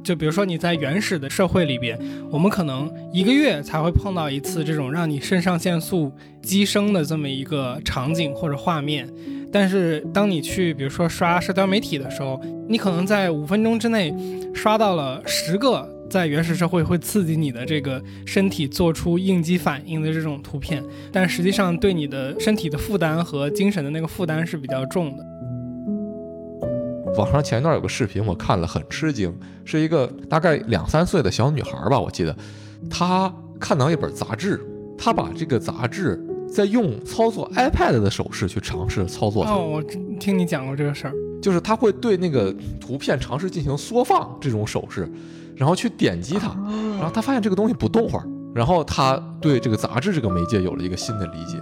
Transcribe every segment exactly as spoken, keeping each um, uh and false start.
就比如说你在原始的社会里边，我们可能一个月才会碰到一次这种让你肾上腺素激升的这么一个场景或者画面，但是当你去比如说刷社交媒体的时候，你可能在五分钟之内刷到了十个在原始社会会刺激你的这个身体做出应激反应的这种图片，但实际上对你的身体的负担和精神的那个负担是比较重的。 网上前一段有个视频我看了很吃惊，是一个大概两三岁的小女孩吧，我记得她看到一本杂志，她把这个杂志在用操作 iPad 的手势去尝试操作它。 哦，我听你讲过这个事儿， 就是她会对那个图片尝试进行缩放这种手势，然后去点击它，然后她发现这个东西不动会儿，然后她对这个杂志这个媒介有了一个新的理解。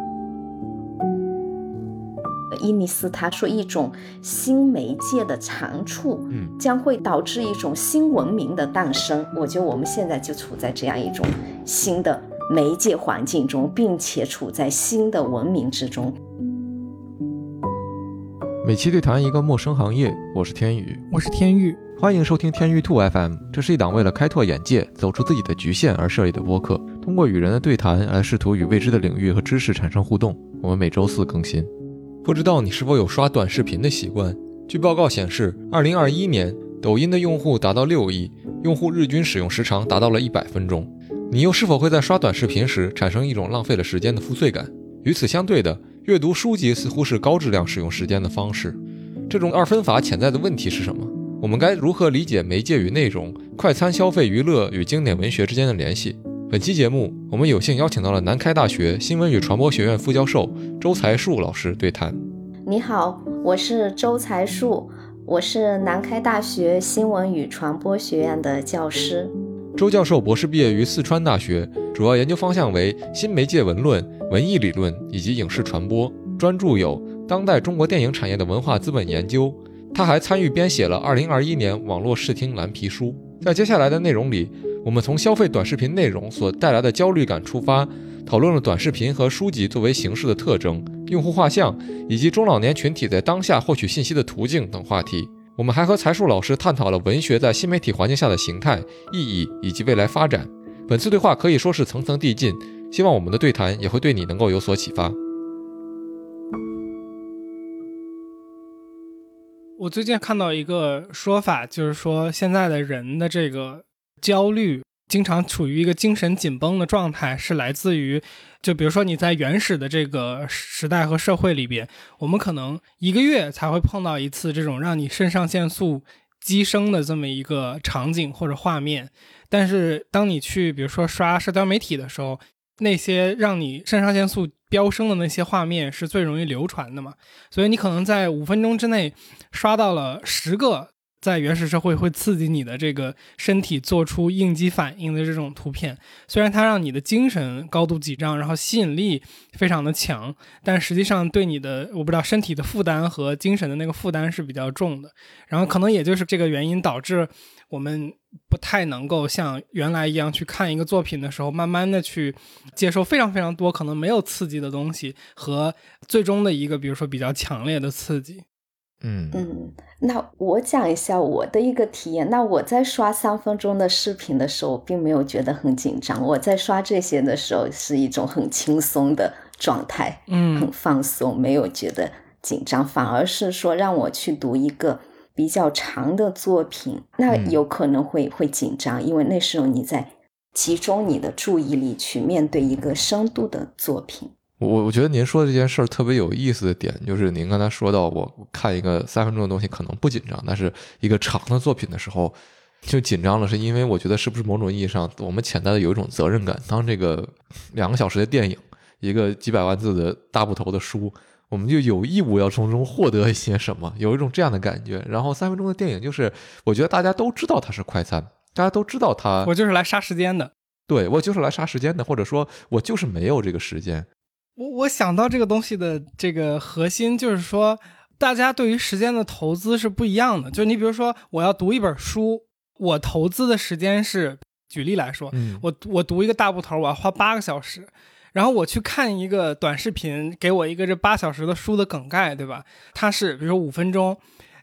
伊尼斯他说一种新媒介的长处将会导致一种新文明的诞生，我觉得我们现在就处在这样一种新的媒介环境中，并且处在新的文明之中。 每期对谈一个陌生行业，我是天宇， 我是天宇， 欢迎收听天宇 two F M。 这是一档为了开拓眼界，走出自己的局限而设立的播客，通过与人的对谈来试图与未知的领域和知识产生互动。我们每周四更新。不知道你是否有刷短视频的习惯？据报告显示，二零二一年抖音的用户达到六亿，用户日均使用时长达到了一百分钟。你又是否会在刷短视频时产生一种浪费了时间的负罪感？与此相对的，阅读书籍似乎是高质量使用时间的方式。这种二分法潜在的问题是什么？我们该如何理解媒介与内容、快餐消费娱乐与经典文学之间的联系？本期节目，我们有幸邀请到了南开大学新闻与传播学院副教授周才树老师对谈。 你好，我是周才树，我是南开大学新闻与传播学院的教师。 周教授博士毕业于四川大学，主要研究方向为新媒介文论、文艺理论以及影视传播，专著有《当代中国电影产业的文化资本研究》。他还参与编写了二零二一年网络视听蓝皮书。在接下来的内容里，我们从消费短视频内容所带来的焦虑感出发，讨论了短视频和书籍作为形式的特征、用户画像以及中老年群体在当下获取信息的途径等话题。我们还和才树老师探讨了文学在新媒体环境下的形态、意义以及未来发展。本次对话可以说是层层递进，希望我们的对谈也会对你能够有所启发。 我最近看到一个说法，就是说现在的人的这个焦虑经常处于一个精神紧绷的状态，是来自于就比如说你在原始的这个时代和社会里边，我们可能一个月才会碰到一次这种让你肾上腺素激升的这么一个场景或者画面，但是当你去比如说刷社交媒体的时候，那些让你肾上腺素飙升的那些画面是最容易流传的嘛，所以你可能在五分钟之内刷到了十个在原始社会会刺激你的这个身体做出应激反应的这种图片，虽然它让你的精神高度紧张，然后吸引力非常的强，但实际上对你的我不知道身体的负担和精神的那个负担是比较重的，然后可能也就是这个原因导致我们不太能够像原来一样去看一个作品的时候慢慢的去接受非常非常多可能没有刺激的东西和最终的一个比如说比较强烈的刺激。 嗯嗯，那我讲一下我的一个体验。那我在刷三分钟的视频的时候，并没有觉得很紧张。我在刷这些的时候，是一种很轻松的状态，嗯，很放松，没有觉得紧张，反而是说让我去读一个比较长的作品，那有可能会会紧张，因为那时候你在集中你的注意力去面对一个深度的作品。 我我觉得您说的这件事儿特别有意思的点，就是您刚才说到我看一个三分钟的东西可能不紧张，但是一个长的作品的时候就紧张了，是因为我觉得是不是某种意义上我们潜在的有一种责任感，当这个两个小时的电影，一个几百万字的大部头的书，我们就有义务要从中获得一些什么，有一种这样的感觉。然后三分钟的电影就是我觉得大家都知道它是快餐，大家都知道它我就是来杀时间的， 对，我就是来杀时间的，或者说我就是没有这个时间。 我我想到这个东西的这个核心就是说大家对于时间的投资是不一样的，就你比如说我要读一本书，我投资的时间是举例来说、嗯、我我读一个大部头我要花八个小时，然后我去看一个短视频给我一个这八小时的书的梗概，对吧，它是比如说五分钟，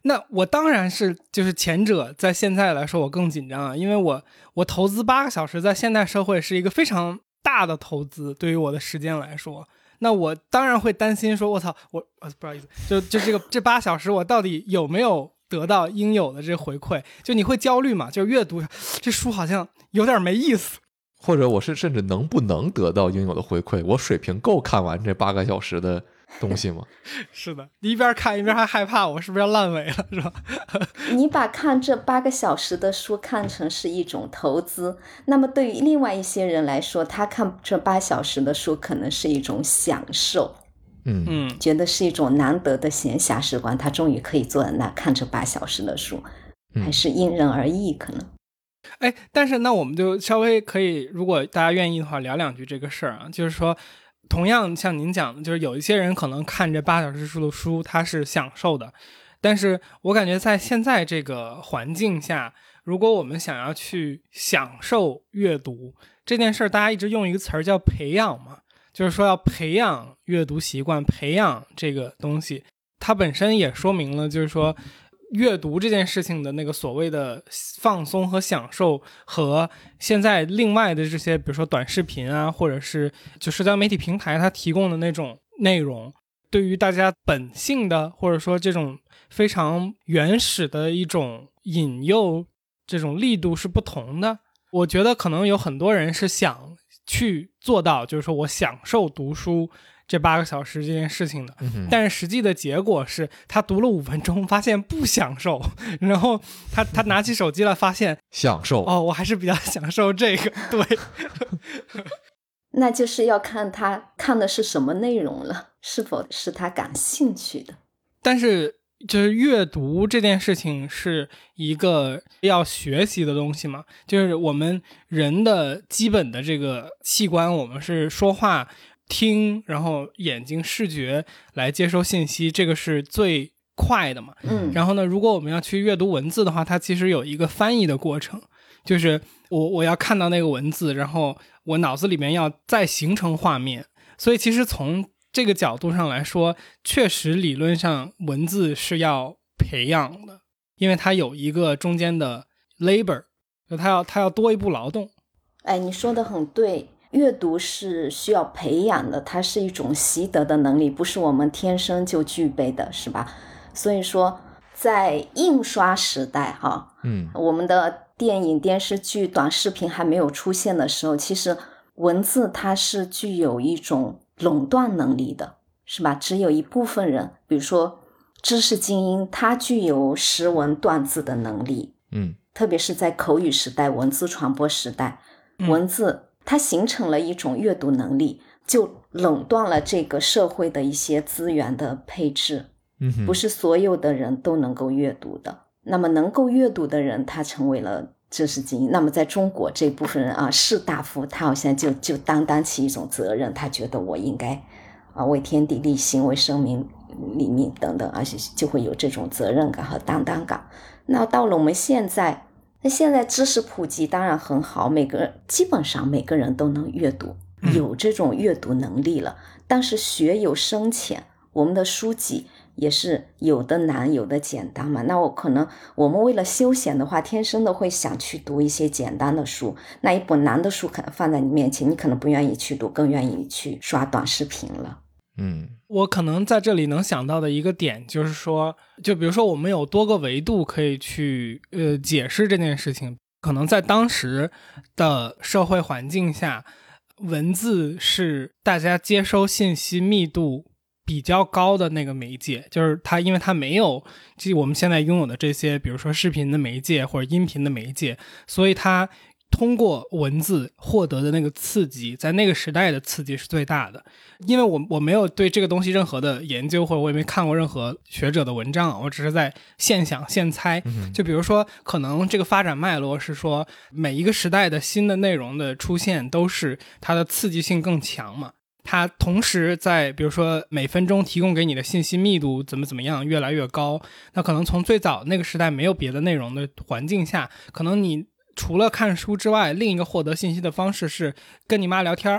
那我当然是就是前者，在现在来说我更紧张啊，因为我我投资八个小时在现代社会是一个非常大的投资，对于我的时间来说，那我当然会担心说我操我呃不好意思，就就这个这八小时我到底有没有得到应有的这个回馈，就你会焦虑嘛，就是阅读这书好像有点没意思， 或者我是甚至能不能得到应有的回馈，我水平够看完这八个小时的东西吗？ 是的，你一边看一边还害怕我是不是要烂尾了，是吧？ 你把看这八个小时的书看成是一种投资，那么对于另外一些人来说，他看这八小时的书可能是一种享受， 嗯嗯， 觉得是一种难得的闲暇时光，他终于可以坐在那看这八小时的书，还是因人而异可能。 哎，但是那我们就稍微可以，如果大家愿意的话，聊两句这个事儿啊，就是说。同样像您讲的，就是有一些人可能看这八小时书的书他是享受的，但是我感觉在现在这个环境下，如果我们想要去享受阅读这件事儿，大家一直用一个词儿叫培养嘛，就是说要培养阅读习惯，培养这个东西，它本身也说明了就是说阅读这件事情的那个所谓的放松和享受，和现在另外的这些比如说短视频啊，或者是就社交媒体平台它提供的那种内容，对于大家本性的或者说这种非常原始的一种引诱，这种力度是不同的。我觉得可能有很多人是想去做到就是说我享受读书这八个小时这件事情的、嗯、但是实际的结果是他读了五分钟发现不享受，然后他他拿起手机来发现享受， 哦，我还是比较享受这个，对。 那就是要看他看的是什么内容了，是否是他感兴趣的。 但是就是阅读这件事情是一个要学习的东西嘛，就是我们人的基本的这个器官，我们是说话听，然后眼睛视觉来接收信息，这个是最快的嘛。 嗯， 然后呢，如果我们要去阅读文字的话，它其实有一个翻译的过程，就是我我要看到那个文字，然后我脑子里面要再形成画面。所以其实从这个角度上来说，确实理论上文字是要培养的，因为它有一个中间的 labor， 就它要它要多一步劳动。 哎，你说的很对。阅读是需要培养的，它是一种习得的能力，不是我们天生就具备的，是吧？所以说在印刷时代哈， 嗯， 我们的电影、电视剧、短视频还没有出现的时候，其实文字它是具有一种垄断能力的，是吧？只有一部分人，比如说知识精英，他具有识文断字的能力， 嗯， 特别是在口语时代、文字传播时代， 嗯、 文字它形成了一种阅读能力，就垄断了这个社会的一些资源的配置。 嗯， 不是所有的人都能够阅读的。那么能够阅读的人，他成为了知识精英。那么在中国这部分人啊，士大夫，他好像就就担当起一种责任，他觉得我应该啊为天地立心，为生民立命等等，而且就会有这种责任感和担当感。那到了我们现在。那现在知识普及当然很好，每个人基本上每个人都能阅读，有这种阅读能力了。但是学有深浅，我们的书籍也是有的难有的简单嘛。那我可能我们为了休闲的话，天生的会想去读一些简单的书，那一本难的书可能放在你面前，你可能不愿意去读，更愿意去刷短视频了。 嗯， 我可能在这里能想到的一个点就是说，就比如说我们有多个维度可以去呃解释这件事情。可能在当时的社会环境下，文字是大家接收信息密度比较高的那个媒介，就是它因为它没有即我们现在拥有的这些比如说视频的媒介或者音频的媒介，所以它通过文字获得的那个刺激，在那个时代的刺激是最大的。因为我我没有对这个东西任何的研究，或者我也没看过任何学者的文章，我只是在现想现猜。就比如说可能这个发展脉络是说每一个时代的新的内容的出现都是它的刺激性更强嘛，它同时在比如说每分钟提供给你的信息密度怎么怎么样越来越高，那可能从最早那个时代没有别的内容的环境下，可能你除了看书之外，另一个获得信息的方式是跟你妈聊天，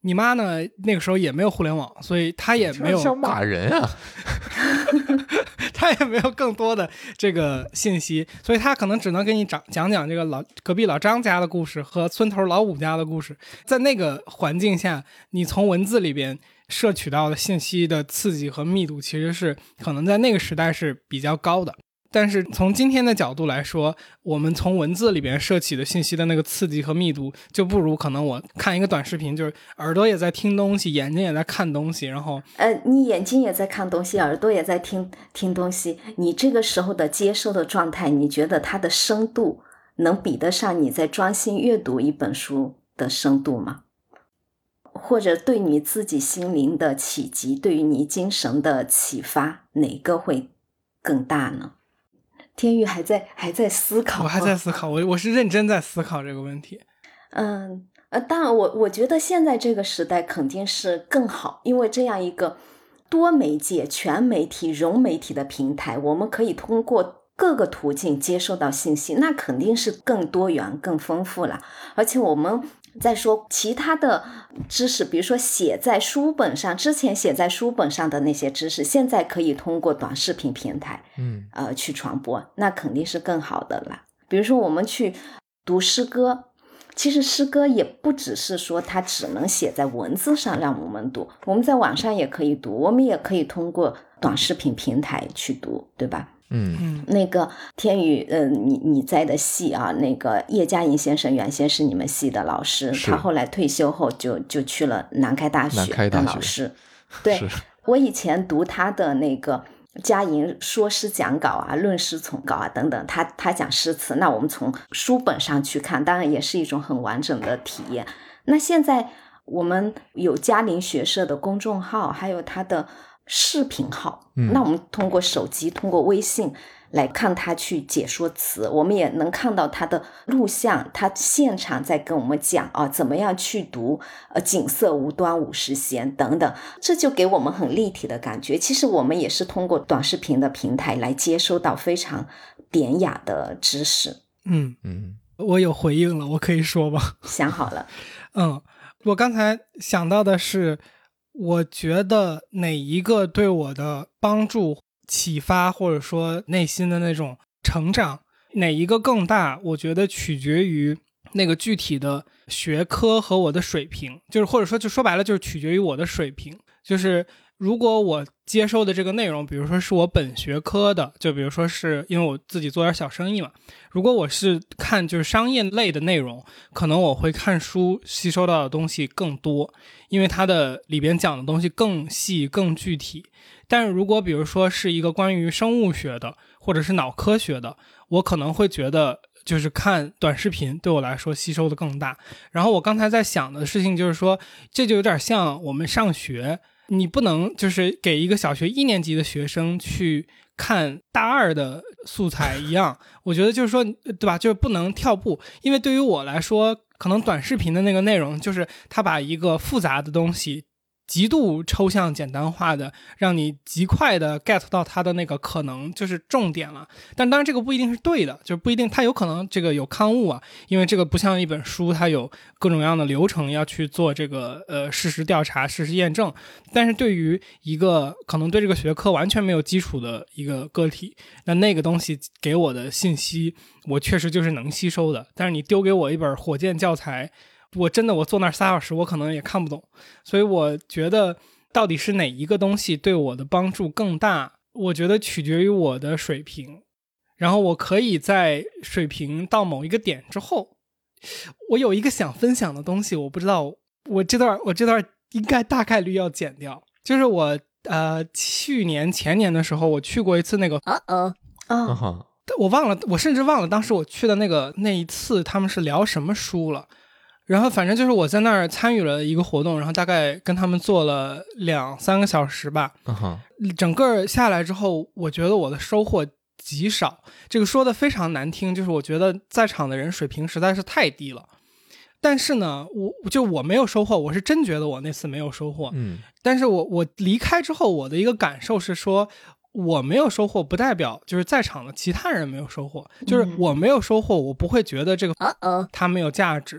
你妈呢那个时候也没有互联网，所以她也没有像骂人啊她也没有更多的这个信息，所以她可能只能给你讲讲讲这个老隔壁老张家的故事和村头老五家的故事。在那个环境下，你从文字里边摄取到的信息的刺激和密度其实是可能在那个时代是比较高的。但是从今天的角度来说，我们从文字里边摄取的信息的那个刺激和密度就不如可能我看一个短视频，就是耳朵也在听东西，眼睛也在看东西，然后呃，你眼睛也在看东西，耳朵也在听听东西，你这个时候的接收的状态，你觉得它的深度能比得上你在专心阅读一本书的深度吗？或者对你自己心灵的启迪，对于你精神的启发，哪个会更大呢？天宇还在还在思考， 我还在思考，我我是认真在思考这个问题。 嗯，呃，当然我我觉得现在这个时代肯定是更好，因为这样一个多媒介、全媒体、融媒体的平台，我们可以通过各个途径接收到信息，那肯定是更多元、更丰富了。而且我们再说其他的知识，比如说写在书本上，之前写在书本上的那些知识，现在可以通过短视频平台， 嗯， 呃，去传播，那肯定是更好的了。比如说我们去读诗歌，其实诗歌也不只是说它只能写在文字上让我们读，我们在网上也可以读，我们也可以通过短视频平台去读，对吧？ 嗯， 那个天宇，呃，你你在的系啊，那个叶嘉莹先生原先是你们系的老师，他后来退休后就就去了南开大学当老师。对，我以前读他的那个嘉莹说诗讲稿啊、论诗从稿啊等等，他他讲诗词，那我们从书本上去看，当然也是一种很完整的体验。那现在我们有嘉陵学社的公众号，还有他的视频号， 嗯， 那我们通过手机通过微信来看他去解说词，我们也能看到他的录像，他现场在跟我们讲啊，怎么样去读呃锦瑟无端五十弦等等，这就给我们很立体的感觉。其实我们也是通过短视频的平台来接收到非常典雅的知识。 嗯嗯， 我有回应了，我可以说吧？ 想好了。 嗯，我刚才想到的是，我觉得哪一个对我的帮助、启发，或者说内心的那种成长，哪一个更大，我觉得取决于那个具体的学科和我的水平，就是或者说就说白了就是取决于我的水平。就是如果我接受的这个内容，比如说是我本学科的，就比如说是因为我自己做点小生意嘛，如果我是看就是商业类的内容，可能我会看书吸收到的东西更多，因为它的里边讲的东西更细更具体。但是如果比如说是一个关于生物学的或者是脑科学的，我可能会觉得就是看短视频对我来说吸收的更大。然后我刚才在想的事情就是说，这就有点像我们上学，你不能就是给一个小学一年级的学生去看大二的素材一样我觉得就是说对吧，就是不能跳步。因为对于我来说，可能短视频的那个内容就是他把一个复杂的东西极度抽象简单化的，让你极快的 get 到它的那个可能就是重点了。但当然这个不一定是对的，就不一定，它有可能这个有刊物啊，因为这个不像一本书，它有各种各样的流程要去做这个呃事实调查、事实验证。但是对于一个可能对这个学科完全没有基础的一个个体，那那个东西给我的信息我确实就是能吸收的。但是你丢给我一本火箭教材，我真的我坐那仨小时我可能也看不懂。所以我觉得到底是哪一个东西对我的帮助更大，我觉得取决于我的水平。然后我可以在水平到某一个点之后，我有一个想分享的东西，我不知道我这段我这段应该大概率要剪掉。就是我呃去年前年的时候我去过一次那个啊啊啊我忘了，我甚至忘了当时我去的那个那一次他们是聊什么书了。然后反正就是我在那儿参与了一个活动，然后大概跟他们做了两三个小时吧。 uh-huh. 整个下来之后，我觉得我的收获极少。这个说的非常难听，就是我觉得在场的人水平实在是太低了。但是呢，我就我没有收获，我是真觉得我那次没有收获。 嗯， 但是我我离开之后，我的一个感受是说，我没有收获不代表就是在场的其他人没有收获，就是我没有收获，我不会觉得这个它没有价值。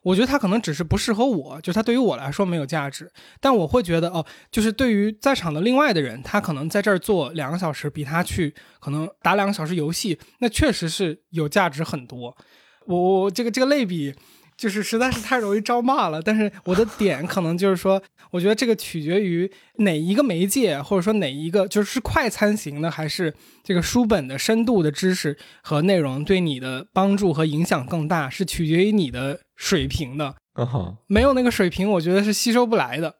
我觉得它可能只是不适合我，就它对于我来说没有价值，但我会觉得哦，就是对于在场的另外的人，他可能在这儿坐两个小时，比他去可能打两个小时游戏，那确实是有价值很多。我我这个这个类比就是实在是太容易招骂了，但是我的点可能就是说，我觉得这个取决于哪一个媒介，或者说哪一个就是快餐型的，还是这个书本的深度的知识和内容对你的帮助和影响更大，是取决于你的水平的。 uh-huh. 没有那个水平，我觉得是吸收不来的。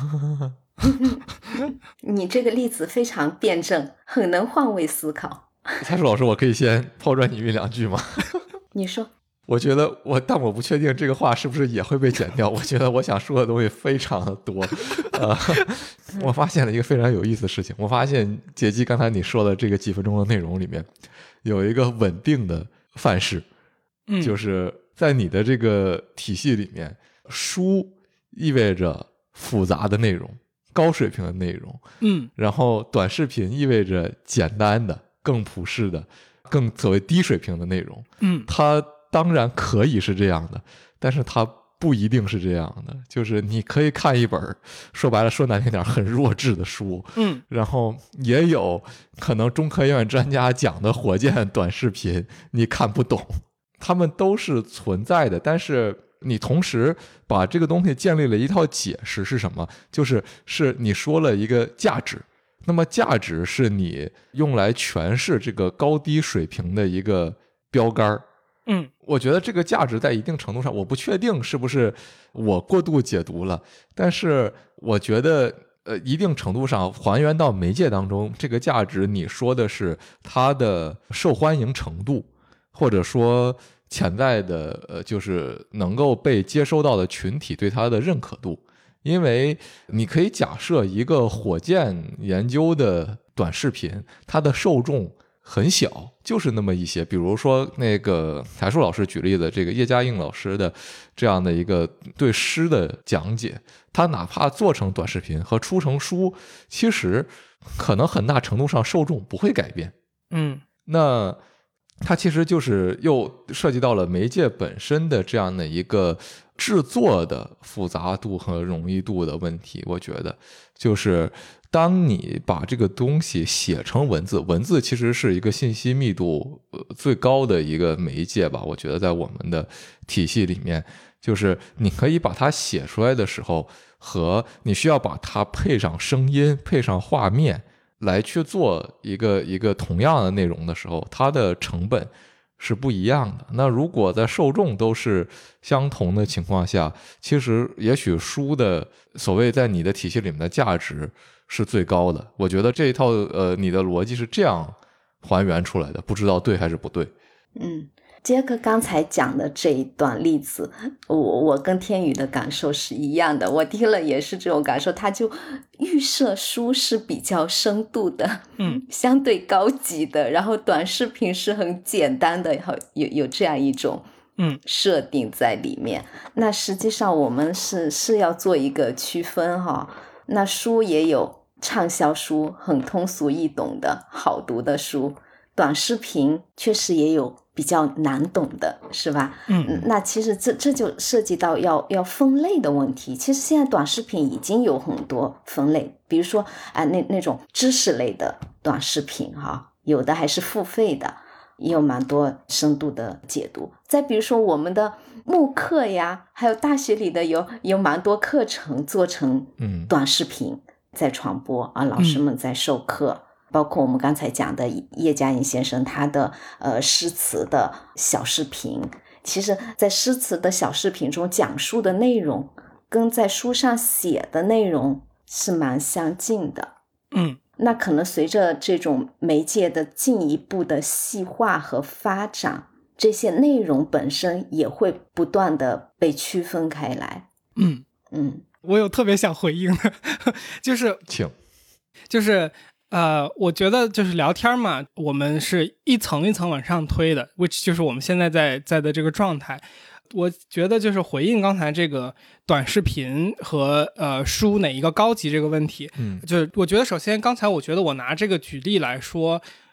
你这个例子非常辩证，很能换位思考。 蔡叔老师，我可以先抛砖引玉两句吗？ 你说。 我觉得我，但我不确定这个话是不是也会被剪掉。我觉得我想说的东西非常的多。呃，我发现了一个非常有意思的事情。我发现杰基刚才你说的这个几分钟的内容里面，有一个稳定的范式， 嗯， 就是在你的这个体系里面，书意味着复杂的内容、高水平的内容， 嗯， 然后短视频意味着简单的、更普世的、更所谓低水平的内容， 嗯， 它当然可以是这样的，但是它不一定是这样的。就是你可以看一本说白了说难听点很弱智的书， 嗯， 然后也有可能中科院专家讲的火箭短视频你看不懂，他们都是存在的。但是你同时把这个东西建立了一套解释是什么？就是是你说了一个价值，那么价值是你用来诠释这个高低水平的一个标杆。 嗯， 我觉得这个价值在一定程度上，我不确定是不是我过度解读了，但是我觉得呃，一定程度上还原到媒介当中，这个价值你说的是它的受欢迎程度，或者说潜在的呃，就是能够被接收到的群体对它的认可度。因为你可以假设一个火箭研究的短视频，它的受众很小，就是那么一些，比如说那个台树老师举例的这个叶嘉映老师的这样的一个对诗的讲解，他哪怕做成短视频和出成书，其实可能很大程度上受众不会改变。 嗯， 那它其实就是又涉及到了媒介本身的这样的一个制作的复杂度和容易度的问题。我觉得就是当你把这个东西写成文字，文字其实是一个信息密度最高的一个媒介吧，我觉得在我们的体系里面，就是你可以把它写出来的时候，和你需要把它配上声音配上画面来去做一个一个同样的内容的时候，它的成本是不一样的。那如果在受众都是相同的情况下，其实也许书的所谓在你的体系里面的价值是最高的。我觉得这一套呃，你的逻辑是这样还原出来的，不知道对还是不对。 嗯，杰克刚才讲的这一段例子，我我跟天宇的感受是一样的，我听了也是这种感受。他就预设书是比较深度的， 嗯， 相对高级的，然后短视频是很简单的，有有这样一种嗯设定在里面。那实际上我们是是要做一个区分哈。那书也有畅销书，很通俗易懂的好读的书，短视频确实也有比较难懂的，是吧？ 嗯， 那其实这这就涉及到要要分类的问题。其实现在短视频已经有很多分类，比如说啊，那那种知识类的短视频哈，有的还是付费的，也有蛮多深度的解读。再比如说我们的慕课呀，还有大学里的有有蛮多课程做成短视频在传播啊，老师们在授课。包括我们刚才讲的叶嘉映先生他的呃诗词的小视频，其实在诗词的小视频中讲述的内容跟在书上写的内容是蛮相近的。 嗯， 那可能随着这种媒介的进一步的细化和发展，这些内容本身也会不断的被区分开来。 嗯嗯， 我有特别想回应的，就是请就是呃，我觉得就是聊天嘛，我们是一层一层往上推的 which 就是我们现在在在的这个状态。我觉得就是回应刚才这个短视频和呃书哪一个高级这个问题， 嗯， 就是我觉得首先刚才我觉得我拿这个举例来说，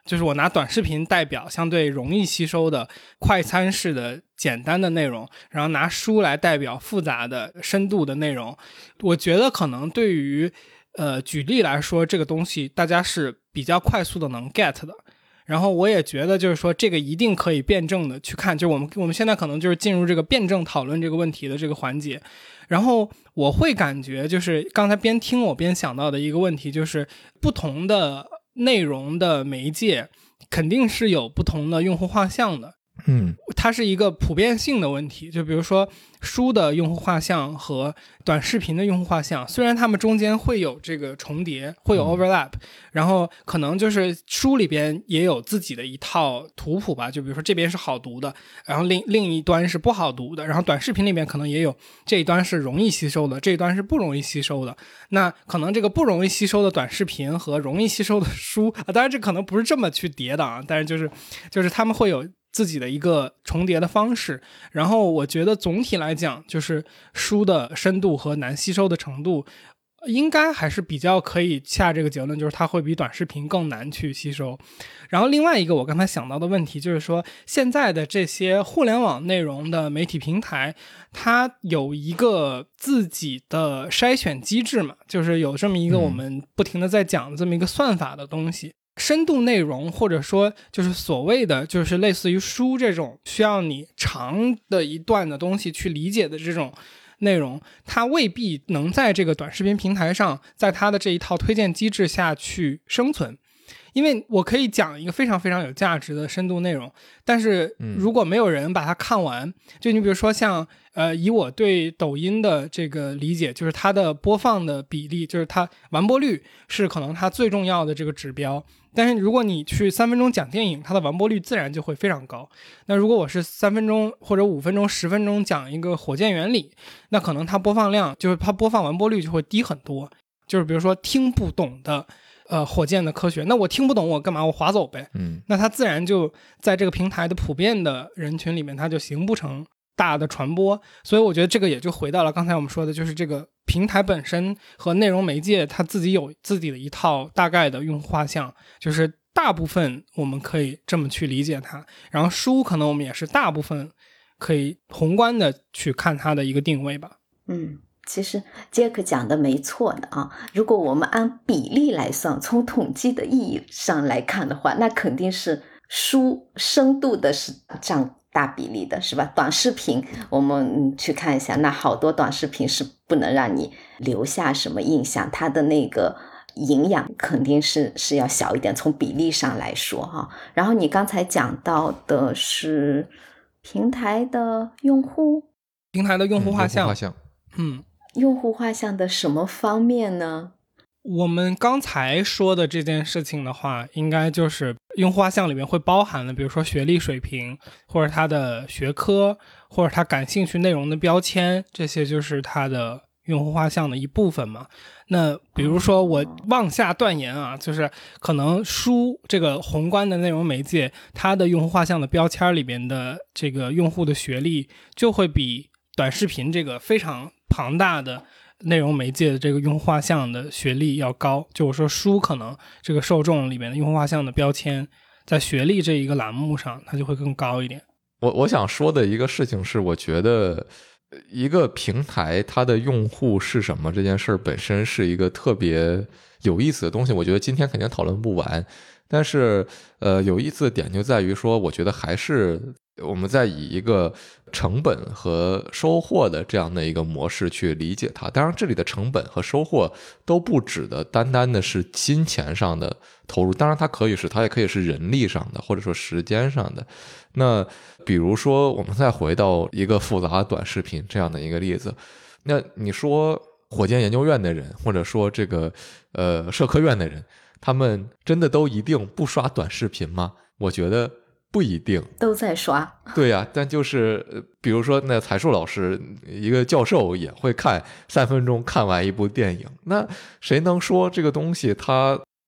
就是我拿短视频代表相对容易吸收的快餐式的简单的内容，然后拿书来代表复杂的深度的内容。我觉得可能对于呃举例来说，这个东西大家是比较快速的能 get 的。然后我也觉得就是说这个一定可以辩证的去看，就是我们我们现在可能就是进入这个辩证讨论这个问题的这个环节。然后我会感觉就是刚才边听我边想到的一个问题，就是不同的内容的媒介肯定是有不同的用户画像的。 嗯， 它是一个普遍性的问题，就比如说书的用户画像和短视频的用户画像，虽然它们中间会有这个重叠，会有 overlap，嗯，然后可能就是书里边也有自己的一套图谱吧，就比如说这边是好读的，然后另另一端是不好读的，然后短视频里面可能也有这一端是容易吸收的，这一端是不容易吸收的。那可能这个不容易吸收的短视频和容易吸收的书啊，当然这可能不是这么去叠的啊，但是就是就是他们会有自己的一个重叠的方式。然后我觉得总体来讲，就是书的深度和难吸收的程度应该还是比较可以下这个结论，就是它会比短视频更难去吸收。然后另外一个我刚才想到的问题就是说，现在的这些互联网内容的媒体平台，它有一个自己的筛选机制嘛，就是有这么一个我们不停的在讲这么一个算法的东西。深度内容或者说就是所谓的就是类似于书这种需要你长的一段的东西去理解的这种内容，它未必能在这个短视频平台上在它的这一套推荐机制下去生存。因为我可以讲一个非常非常有价值的深度内容，但是如果没有人把它看完，就你比如说像呃，以我对抖音的这个理解，就是它的播放的比例，就是它完播率是可能它最重要的这个指标。但是如果你去三分钟讲电影，它的完播率自然就会非常高。那如果我是三分钟或者五分钟十分钟讲一个火箭原理，那可能它播放量就是它播放完播率就会低很多。就是比如说听不懂的呃，火箭的科学，那我听不懂我干嘛，我划走呗。 嗯， 那它自然就在这个平台的普遍的人群里面，它就形不成大的传播。所以我觉得这个也就回到了刚才我们说的，就是这个平台本身和内容媒介它自己有自己的一套大概的用户画像，就是大部分我们可以这么去理解它，然后书可能我们也是大部分可以宏观的去看它的一个定位吧。 嗯，其实杰克讲的没错的啊，如果我们按比例来算，从统计的意义上来看的话，那肯定是书深度的是占大比例的，是吧？短视频我们去看一下，那好多短视频是不能让你留下什么印象，它的那个营养肯定是是要小一点，从比例上来说哈。然后你刚才讲到的是平台的用户平台的用户画像， 嗯、用户画像嗯， 用户画像的什么方面呢？ 我们刚才说的这件事情的话，应该就是用户画像里面会包含的，比如说学历水平，或者他的学科，或者他感兴趣内容的标签，这些就是他的用户画像的一部分嘛。那比如说我妄下断言啊，就是可能书这个宏观的内容媒介，它的用户画像的标签里边的这个用户的学历就会比短视频这个非常庞大的内容媒介的这个用户画像的学历要高。就我说书可能这个受众里面的用户画像的标签在学历这一个栏目上它就会更高一点。 我我想说的一个事情是，我觉得一个平台它的用户是什么这件事本身是一个特别有意思的东西，我觉得今天肯定讨论不完。但是呃，有意思的点就在于说，我觉得还是我们在以一个成本和收获的这样的一个模式去理解它。当然这里的成本和收获都不指的单单的是金钱上的投入，当然它可以是它也可以是人力上的或者说时间上的。那比如说我们再回到一个复杂短视频这样的一个例子，那你说火箭研究院的人或者说这个呃社科院的人，他们真的都一定不刷短视频吗？我觉得不一定， 都在刷。 对呀、啊，但就是比如说那财树老师一个教授也会看三分钟看完一部电影，那谁能说这个东西它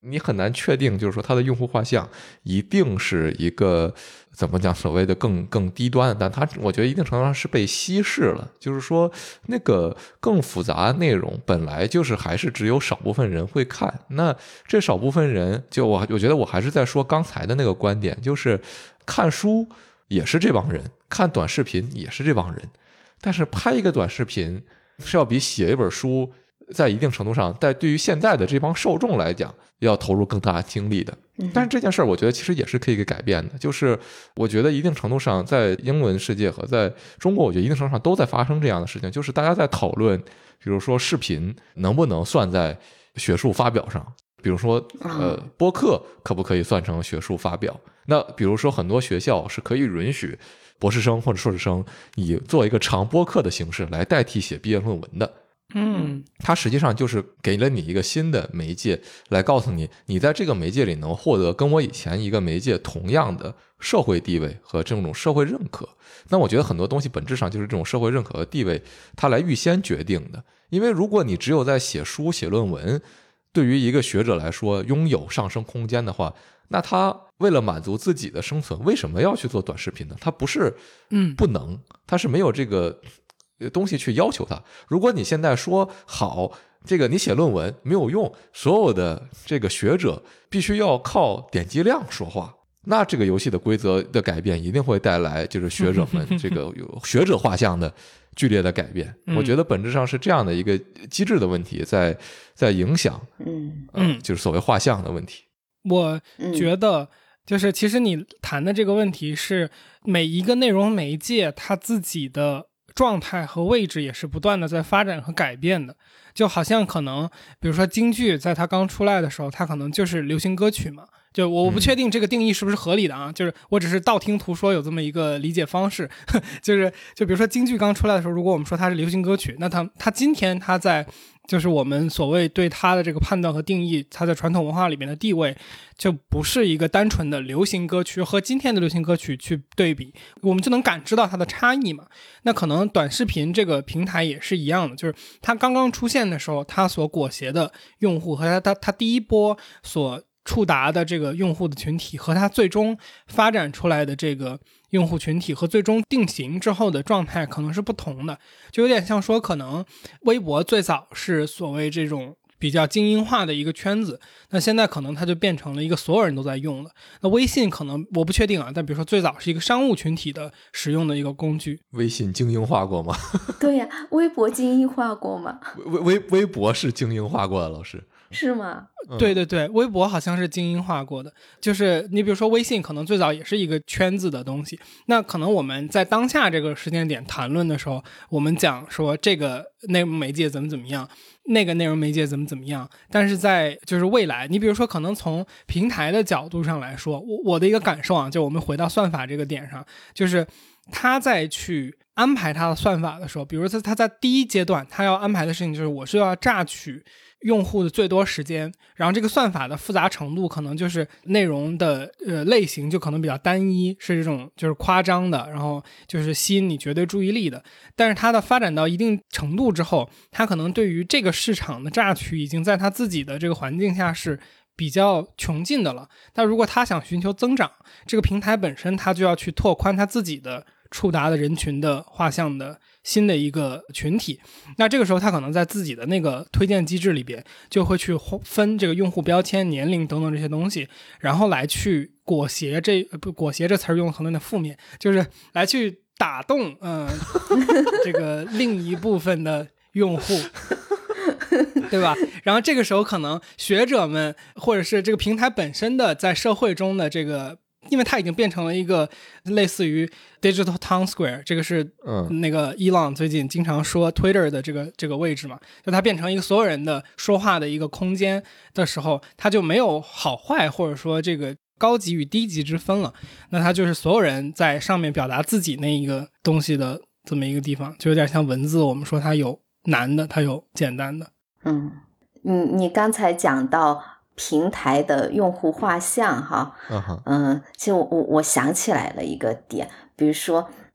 你很难确定就是说它的用户画像一定是一个怎么讲所谓的更更低端的，但它我觉得一定程度上是被稀释了，就是说那个更复杂的内容本来就是还是只有少部分人会看，那这少部分人就我我觉得我还是在说刚才的那个观点，就是看书也是这帮人，看短视频也是这帮人，但是拍一个短视频是要比写一本书在一定程度上在对于现在的这帮受众来讲要投入更大的精力的。但是这件事儿我觉得其实也是可以给改变的，就是我觉得一定程度上在英文世界和在中国我觉得一定程度上都在发生这样的事情，就是大家在讨论比如说视频能不能算在学术发表上，比如说呃播客可不可以算成学术发表，那比如说很多学校是可以允许博士生或者硕士生以做一个长播客的形式来代替写毕业论文的。 嗯， 它实际上就是给了你一个新的媒介来告诉你，你在这个媒介里能获得跟我以前一个媒介同样的社会地位和这种社会认可。那我觉得很多东西本质上就是这种社会认可和地位它来预先决定的，因为如果你只有在写书写论文，对于一个学者来说拥有上升空间的话，那他为了满足自己的生存为什么要去做短视频呢？他不是不能，他是没有这个东西去要求他。如果你现在说好这个你写论文没有用，所有的这个学者必须要靠点击量说话，那这个游戏的规则的改变一定会带来就是学者们这个有学者画像的剧烈的改变。我觉得本质上是这样的一个机制的问题在在影响嗯嗯、呃，就是所谓画像的问题。 我觉得就是其实你谈的这个问题是每一个内容媒介它自己的状态和位置也是不断的在发展和改变的，就好像可能比如说京剧在它刚出来的时候它可能就是流行歌曲嘛，就我不确定这个定义是不是合理的啊，就是我只是道听途说有这么一个理解方式，就是就比如说京剧刚出来的时候，如果我们说它是流行歌曲，那它它今天它在就是我们所谓对它的这个判断和定义，它在传统文化里面的地位就不是一个单纯的流行歌曲和今天的流行歌曲去对比，我们就能感知到它的差异嘛。那可能短视频这个平台也是一样的，就是它刚刚出现的时候，它所裹挟的用户和它它它第一波所触达的这个用户的群体和它最终发展出来的这个用户群体和最终定型之后的状态可能是不同的，就有点像说可能微博最早是所谓这种比较精英化的一个圈子，那现在可能它就变成了一个所有人都在用的。那微信可能我不确定啊，但比如说最早是一个商务群体的使用的一个工具。 微信精英化过吗？ 对呀、啊，微博精英化过吗？ 微微微博是精英化过的，老师。 是吗？ 对对对，微博好像是精英化过的，就是你比如说微信可能最早也是一个圈子的东西，那可能我们在当下这个时间点谈论的时候，我们讲说这个内容媒介怎么怎么样，那个内容媒介怎么怎么样，但是在就是未来，你比如说可能从平台的角度上来说，我我的一个感受啊，就我们回到算法这个点上，就是他在去安排他的算法的时候，比如说他在第一阶段他要安排的事情就是我是要榨取用户的最多时间，然后这个算法的复杂程度可能就是内容的呃类型就可能比较单一，是这种就是夸张的，然后就是吸引你绝对注意力的。但是它的发展到一定程度之后，它可能对于这个市场的榨取已经在它自己的这个环境下是比较穷尽的了。但如果他想寻求增长，这个平台本身它就要去拓宽它自己的触达的人群的画像的新的一个群体，那这个时候他可能在自己的那个推荐机制里边就会去分这个用户标签、年龄等等这些东西，然后来去裹挟这不裹挟这词儿用的可能有点负面，就是来去打动嗯、呃、这个另一部分的用户。对吧？然后这个时候可能学者们或者是这个平台本身的在社会中的这个，因为它已经变成了一个类似于 Digital Town Square， 这个是那个 Elon 最近经常说 Twitter 的这个这个位置嘛，就它变成一个所有人的说话的一个空间的时候，它就没有好坏或者说这个高级与低级之分了，那它就是所有人在上面表达自己那一个东西的这么一个地方，就有点像文字，我们说它有难的，它有简单的。 嗯，你你刚才讲到平台的用户画像哈，嗯、uh-huh. 呃，其实我我我想起来了一个点，比如说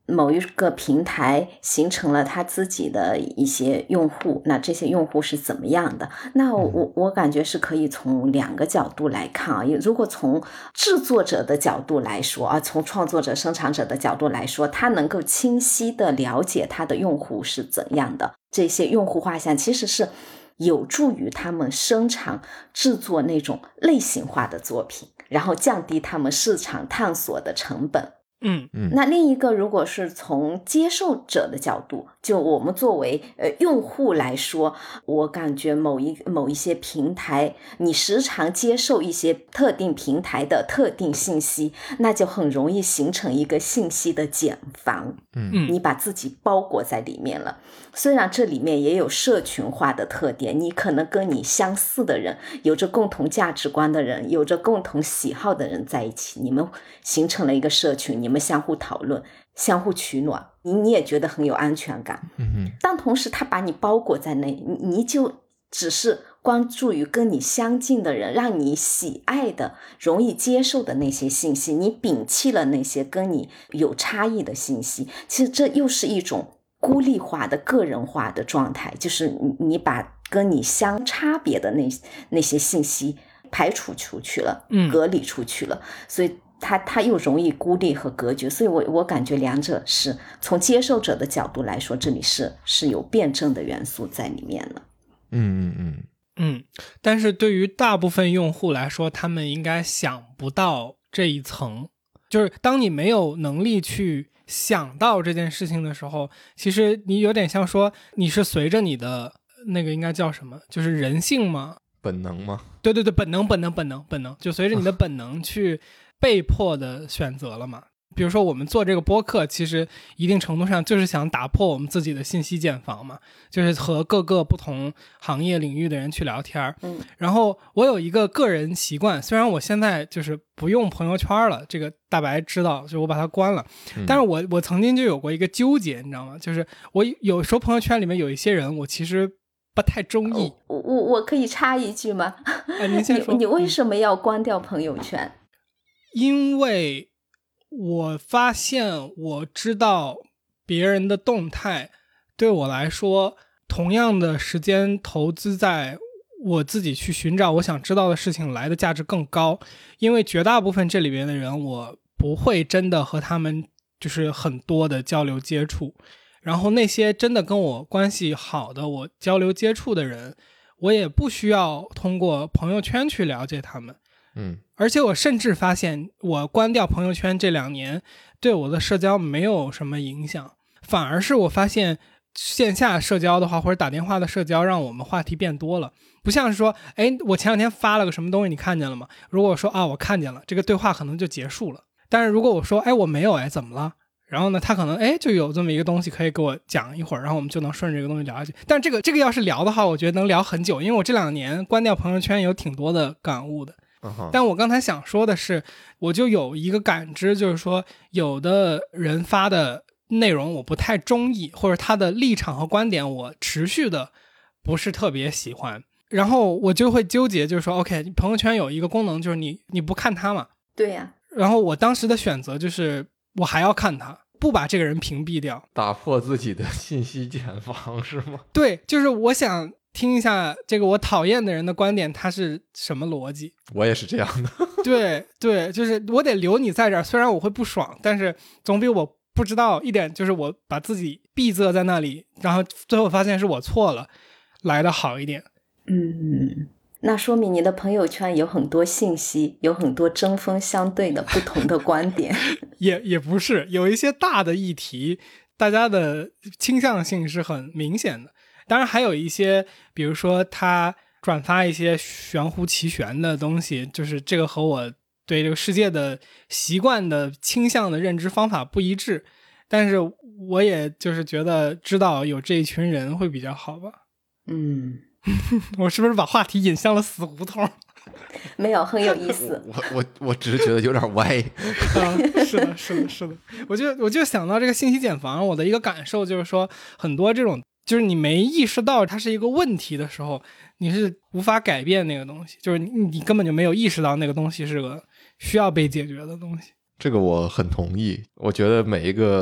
某一个平台形成了他自己的一些用户，那这些用户是怎么样的？那我我感觉是可以从两个角度来看啊。如果从制作者的角度来说啊，从创作者、生产者的角度来说，他能够清晰的了解他的用户是怎样的，这些用户画像其实是有助于他们生产制作那种类型化的作品，然后降低他们市场探索的成本。 嗯嗯， 那另一个如果是从接受者的角度，就我们作为呃用户来说，我感觉某一某一些平台，你时常接受一些特定平台的特定信息，那就很容易形成一个信息的茧房。 嗯， 你把自己包裹在里面了。虽然这里面也有社群化的特点，你可能跟你相似的人，有着共同价值观的人，有着共同喜好的人在一起，你们形成了一个社群，你们相互讨论，相互取暖，你你也觉得很有安全感。 嗯， 但同时他把你包裹在内，你就只是关注于跟你相近的人，让你喜爱的、容易接受的那些信息，你摒弃了那些跟你有差异的信息。其实这又是一种孤立化的、个人化的状态，就是你把跟你相差别的那那些信息排除出去了，隔离出去了，所以它它又容易孤立和隔绝。所以我我感觉两者是从接受者的角度来说，这里是是有辩证的元素在里面的。 嗯嗯嗯嗯，但是对于大部分用户来说，他们应该想不到这一层，就是当你没有能力去想到这件事情的时候，其实你有点像说你是随着你的那个应该叫什么，就是人性吗？ 本能吗？ 对对对，本能本能本能本能，就随着你的本能去被迫的选择了嘛。比如说我们做这个播客，其实一定程度上就是想打破我们自己的信息茧房嘛，就是和各个不同行业领域的人去聊天。 嗯， 然后我有一个个人习惯，虽然我现在就是不用朋友圈了，这个大白知道，就我把它关了， 嗯、 但是我我曾经就有过一个纠结，你知道吗？就是我有时候朋友圈里面有一些人，我其实不太中意。 我我我可以插一句吗？ 哎，您先说。 你, 你为什么要关掉朋友圈？ 因为我发现我知道别人的动态，对我来说同样的时间投资在我自己去寻找我想知道的事情来的价值更高。因为绝大部分这里边的人，我不会真的和他们就是很多的交流接触，然后那些真的跟我关系好的我交流接触的人，我也不需要通过朋友圈去了解他们。 嗯， 而且我甚至发现我关掉朋友圈这两年对我的社交没有什么影响，反而是我发现线下社交的话，或者打电话的社交，让我们话题变多了。不像是说，哎，我前两天发了个什么东西你看见了吗？如果我说啊我看见了，这个对话可能就结束了。但是如果我说哎我没有，哎怎么了，然后呢他可能哎就有这么一个东西可以给我讲一会儿，然后我们就能顺着这个东西聊下去。但这个这个要是聊的话，我觉得能聊很久，因为我这两年关掉朋友圈有挺多的感悟的。但我刚才想说的是，我就有一个感知，就是说有的人发的内容我不太中意，或者他的立场和观点我持续的不是特别喜欢，然后我就会纠结，就是说 OK 朋友圈有一个功能就是你你不看他嘛， 对呀、啊， 然后我当时的选择就是我还要看他，不把这个人屏蔽掉， 打破自己的信息茧房是吗？ 对，就是我想听一下这个我讨厌的人的观点，他是什么逻辑？ 我也是这样的。 对对，就是我得留你在这儿，虽然我会不爽，但是总比我不知道一点，就是我把自己闭塞在那里，然后最后发现是我错了，来得好一点。 嗯，那说明你的朋友圈有很多信息，有很多针锋相对的不同的观点。 也也不是，有一些大的议题，大家的倾向性是很明显的。当然还有一些，比如说他转发一些玄乎其玄的东西，就是这个和我对这个世界的习惯的倾向的认知方法不一致，但是我也就是觉得知道有这一群人会比较好吧。 嗯， 我是不是把话题引向了死胡同？ 没有，很有意思。 我我我只是觉得有点歪。 啊，是的，是的，是的。我就我就想到这个信息茧房，我的一个感受就是说，很多这种。就是你没意识到它是一个问题的时候，你是无法改变那个东西，就是你你根本就没有意识到那个东西是个需要被解决的东西。 这个我很同意，我觉得每一个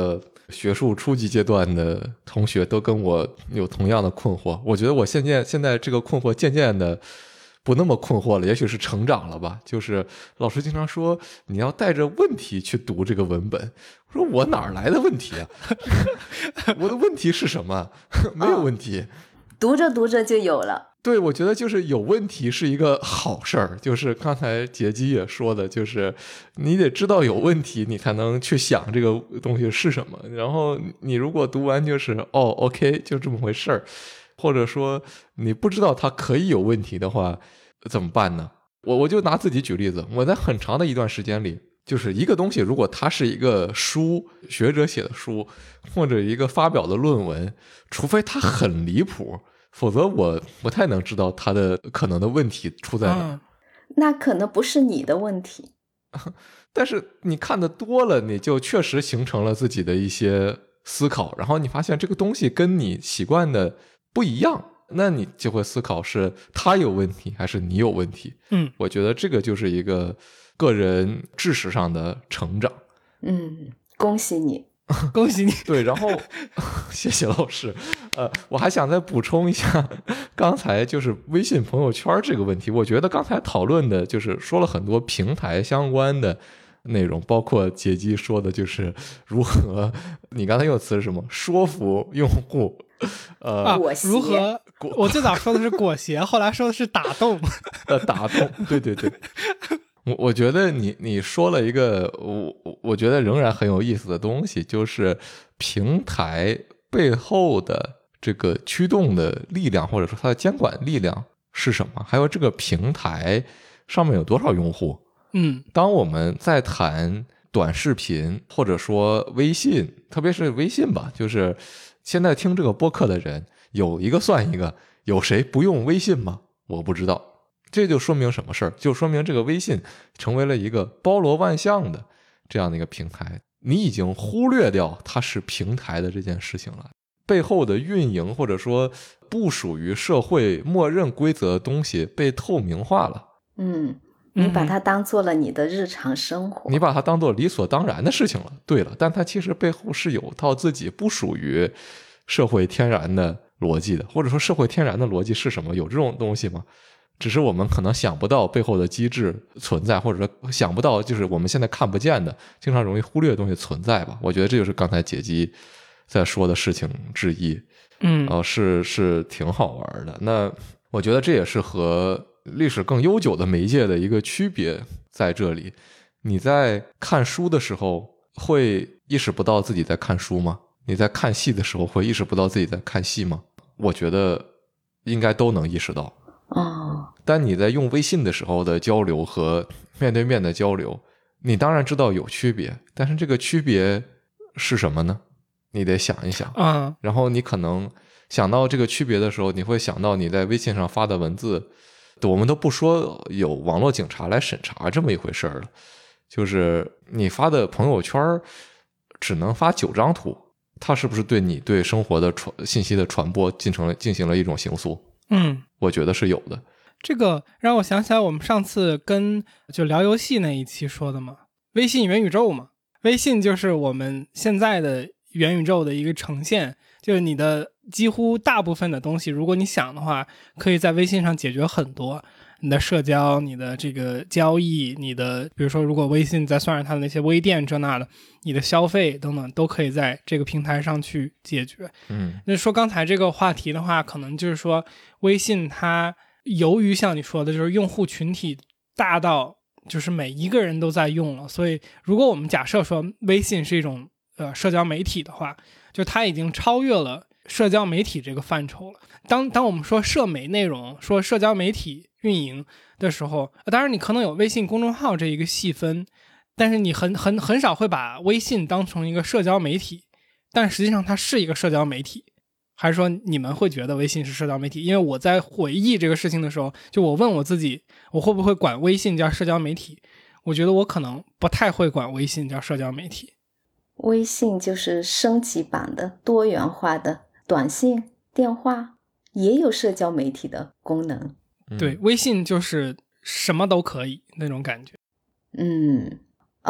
学术初级阶段的同学都跟我有同样的困惑。我觉得我现在现在这个困惑渐渐的不那么困惑了，也许是成长了吧。就是老师经常说你要带着问题去读这个文本，我说我哪儿来的问题啊？我的问题是什么？没有问题、哦、 读着读着就有了。 对，我觉得就是有问题是一个好事儿，就是刚才杰基也说的，就是你得知道有问题，你才能去想这个东西是什么。然后你如果读完就是哦 OK 就这么回事儿，或者说你不知道它可以有问题的话怎么办呢？我我就拿自己举例子，我在很长的一段时间里，就是一个东西如果它是一个书，学者写的书，或者一个发表的论文，除非它很离谱，否则我不太能知道它的可能的问题出在哪、嗯、 那可能不是你的问题。 但是你看得多了，你就确实形成了自己的一些思考，然后你发现这个东西跟你习惯的不一样，那你就会思考是他有问题还是你有问题。 嗯， 我觉得这个就是一个个人知识上的成长。 嗯，恭喜你。 恭喜你。 对，然后谢谢老师。呃，我还想再补充一下刚才就是微信朋友圈这个问题。我觉得刚才讨论的就是说了很多平台相关的内容，包括杰基说的就是如何，你刚才用的词是什么？说服用户。呃， 啊、如何？我最早说的是裹挟，后来说的是打动。 呃，打动，对对对。我我觉得你你说了一个我我觉得仍然很有意思的东西，就是平台背后的这个驱动的力量，或者说它的监管力量是什么？还有这个平台上面有多少用户？ 嗯， 当我们在谈短视频或者说微信，特别是微信吧，就是现在听这个播客的人有一个算一个，有谁不用微信吗？我不知道。这就说明什么事儿？就说明这个微信成为了一个包罗万象的这样的一个平台，你已经忽略掉它是平台的这件事情了，背后的运营或者说不属于社会默认规则的东西被透明化了。 嗯，你把它当做了你的日常生活， 你把它当做理所当然的事情了。对了，但它其实背后是有套自己不属于社会天然的逻辑的，或者说社会天然的逻辑是什么？有这种东西吗？只是我们可能想不到背后的机制存在，或者说想不到就是我们现在看不见的经常容易忽略的东西存在吧。我觉得这就是刚才杰基在说的事情之一。 嗯， 呃，是是挺好玩的。那我觉得这也是和历史更悠久的媒介的一个区别在这里。你在看书的时候会意识不到自己在看书吗？你在看戏的时候会意识不到自己在看戏吗？我觉得应该都能意识到。 哦， 但你在用微信的时候的交流和面对面的交流，你当然知道有区别，但是这个区别是什么呢？你得想一想啊。 然后你可能想到这个区别的时候，你会想到你在微信上发的文字，我们都不说有网络警察来审查这么一回事了，就是你发的朋友圈只能发九张图，它是不是对你对生活的传信息的传播进行了进行了一种形塑？ 嗯， 我觉得是有的。 这个让我想起来我们上次跟就聊游戏那一期说的嘛，微信元宇宙嘛，微信就是我们现在的元宇宙的一个呈现，就是你的几乎大部分的东西，如果你想的话，可以在微信上解决很多。你的社交，你的这个交易，你的比如说如果微信再算上它的那些微店这那的，你的消费等等都可以在这个平台上去解决。 嗯， 那说刚才这个话题的话，可能就是说微信它由于像你说的就是用户群体大到就是每一个人都在用了，所以如果我们假设说微信是一种呃社交媒体的话，就它已经超越了社交媒体这个范畴了。当当我们说社媒内容，说社交媒体运营的时候，当然你可能有微信公众号这一个细分，但是你很很很少会把微信当成一个社交媒体，但实际上它是一个社交媒体。还是说你们会觉得微信是社交媒体？因为我在回忆这个事情的时候，就我问我自己，我会不会管微信叫社交媒体？我觉得我可能不太会管微信叫社交媒体。 微信就是升级版的多元化的短信、电话，也有社交媒体的功能。 对，微信就是什么都可以那种感觉。 嗯，哦，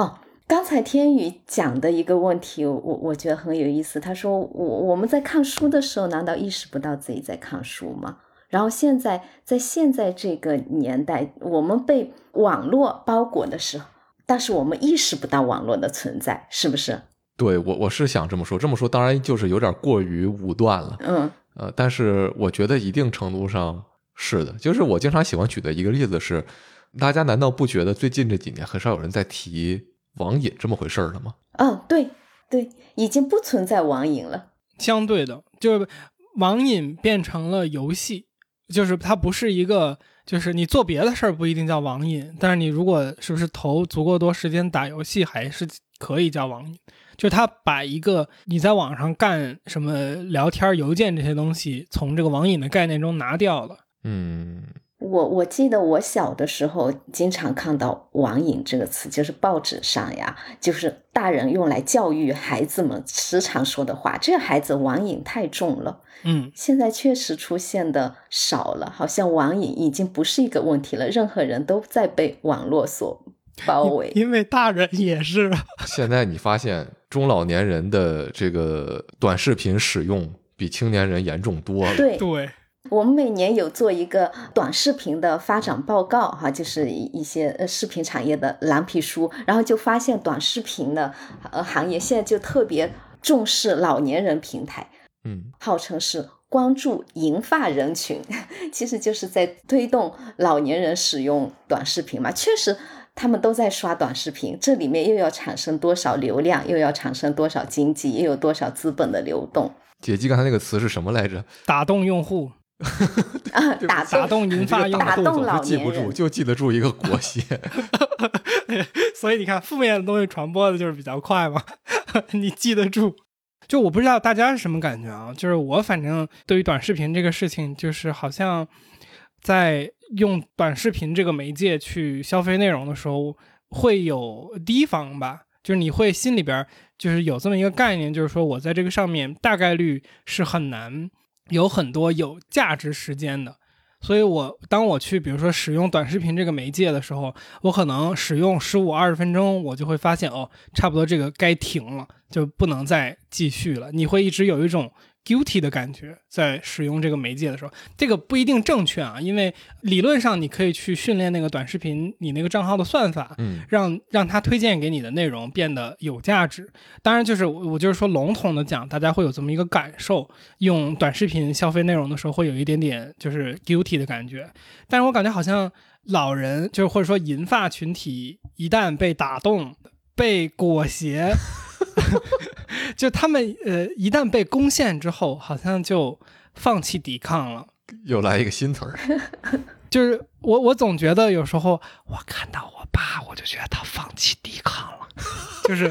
刚才天宇讲的一个问题，我我觉得很有意思。他说我我们在看书的时候，难道意识不到自己在看书吗？然后现在在现在这个年代，我们被网络包裹的时候，但是我们意识不到网络的存在，是不是？ 对，我我是想这么说，这么说当然就是有点过于武断了。 嗯， 呃，但是我觉得一定程度上是的。就是我经常喜欢举的一个例子是，大家难道不觉得最近这几年很少有人在提网瘾这么回事了吗？ 嗯，对对，已经不存在网瘾了。 相对的，就是网瘾变成了游戏，就是它不是一个，就是你做别的事儿不一定叫网瘾，但是你如果是不是投足够多时间打游戏，还是可以叫网瘾。就是他把一个你在网上干什么聊天、邮件这些东西，从这个网瘾的概念中拿掉了。 嗯。 我我记得我小的时候经常看到网瘾这个词，就是报纸上呀，就是大人用来教育孩子们时常说的话，这个孩子网瘾太重了。 嗯， 现在确实出现的少了，好像网瘾已经不是一个问题了，任何人都在被网络所包围。 因为大人也是。 现在你发现中老年人的这个短视频使用比青年人严重多了。 对对， 我们每年有做一个短视频的发展报告哈，就是一些视频产业的蓝皮书，然后就发现短视频的呃行业现在就特别重视老年人平台， 嗯， 号称是关注银发人群，其实就是在推动老年人使用短视频嘛。确实他们都在刷短视频，这里面又要产生多少流量，又要产生多少经济，又有多少资本的流动。 姐姐刚才那个词是什么来着？ 打动用户。 啊，打动打动银发用户， 打动老记不住，就记得住一个国写。 所以你看，负面的东西传播的就是比较快嘛，你记得住。就我不知道大家是什么感觉啊，就是我反正对于短视频这个事情，就是好像在用短视频这个媒介去消费内容的时候，会有提防吧，就是你会心里边就是有这么一个概念，就是说我在这个上面大概率是很难有很多有价值时间的。所以我当我去比如说使用短视频这个媒介的时候，我可能使用十五二十分钟，我就会发现哦，差不多这个该停了，就不能再继续了。你会一直有一种 guilty 的感觉在使用这个媒介的时候。这个不一定正确啊，因为理论上你可以去训练那个短视频你那个账号的算法， 嗯， 让让它推荐给你的内容变得有价值。当然就是我就是说笼统的讲，大家会有这么一个感受，用短视频消费内容的时候会有一点点就是 guilty 的感觉。但是我感觉好像老人就是或者说银发群体一旦被打动被裹挟就他们呃一旦被攻陷之后，好像就放弃抵抗了。 又来一个新词儿。 就是我我总觉得有时候我看到我爸，我就觉得他放弃抵抗了，就是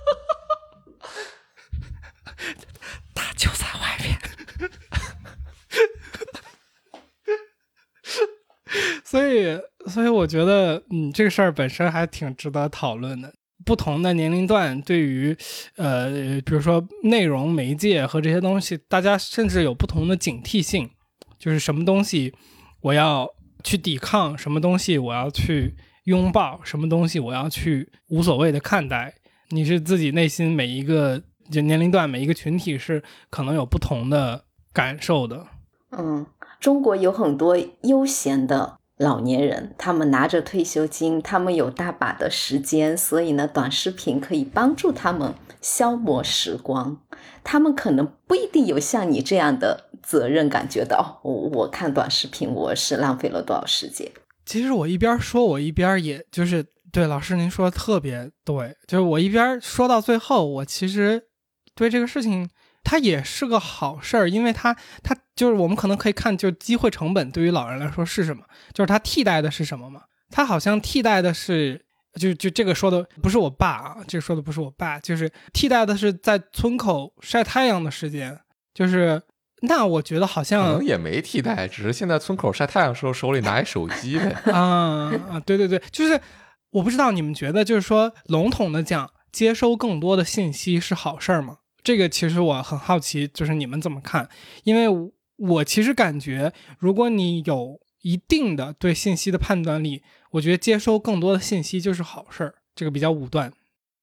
他就在外面。所以所以我觉得嗯这个事儿本身还挺值得讨论的。不同的年龄段对于呃比如说内容媒介和这些东西，大家甚至有不同的警惕性，就是什么东西我要去抵抗，什么东西我要去拥抱，什么东西我要去无所谓的看待。你是自己内心每一个就年龄段每一个群体是可能有不同的感受的。 嗯，中国有很多悠闲的老年人，他们拿着退休金，他们有大把的时间，所以呢短视频可以帮助他们消磨时光。他们可能不一定有像你这样的责任感，觉得哦，我我看短视频我是浪费了多少时间。 其实我一边说我一边也就是对老师您说的特别对，就是我一边说到最后，我其实对这个事情它也是个好事儿，因为它它就是我们可能可以看就机会成本对于老人来说是什么，就是它替代的是什么嘛？它好像替代的是就就这个说的不是我爸啊，这个说的不是我爸，就是替代的是在村口晒太阳的时间。就是那我觉得好像可能也没替代，只是现在村口晒太阳的时候手里拿一手机呗。 啊啊，对对对，就是我不知道你们觉得就是说笼统的讲，接收更多的信息是好事儿吗？这个其实我很好奇，就是你们怎么看？因为我其实感觉，如果你有一定的对信息的判断力，我觉得接收更多的信息就是好事儿。这个比较武断。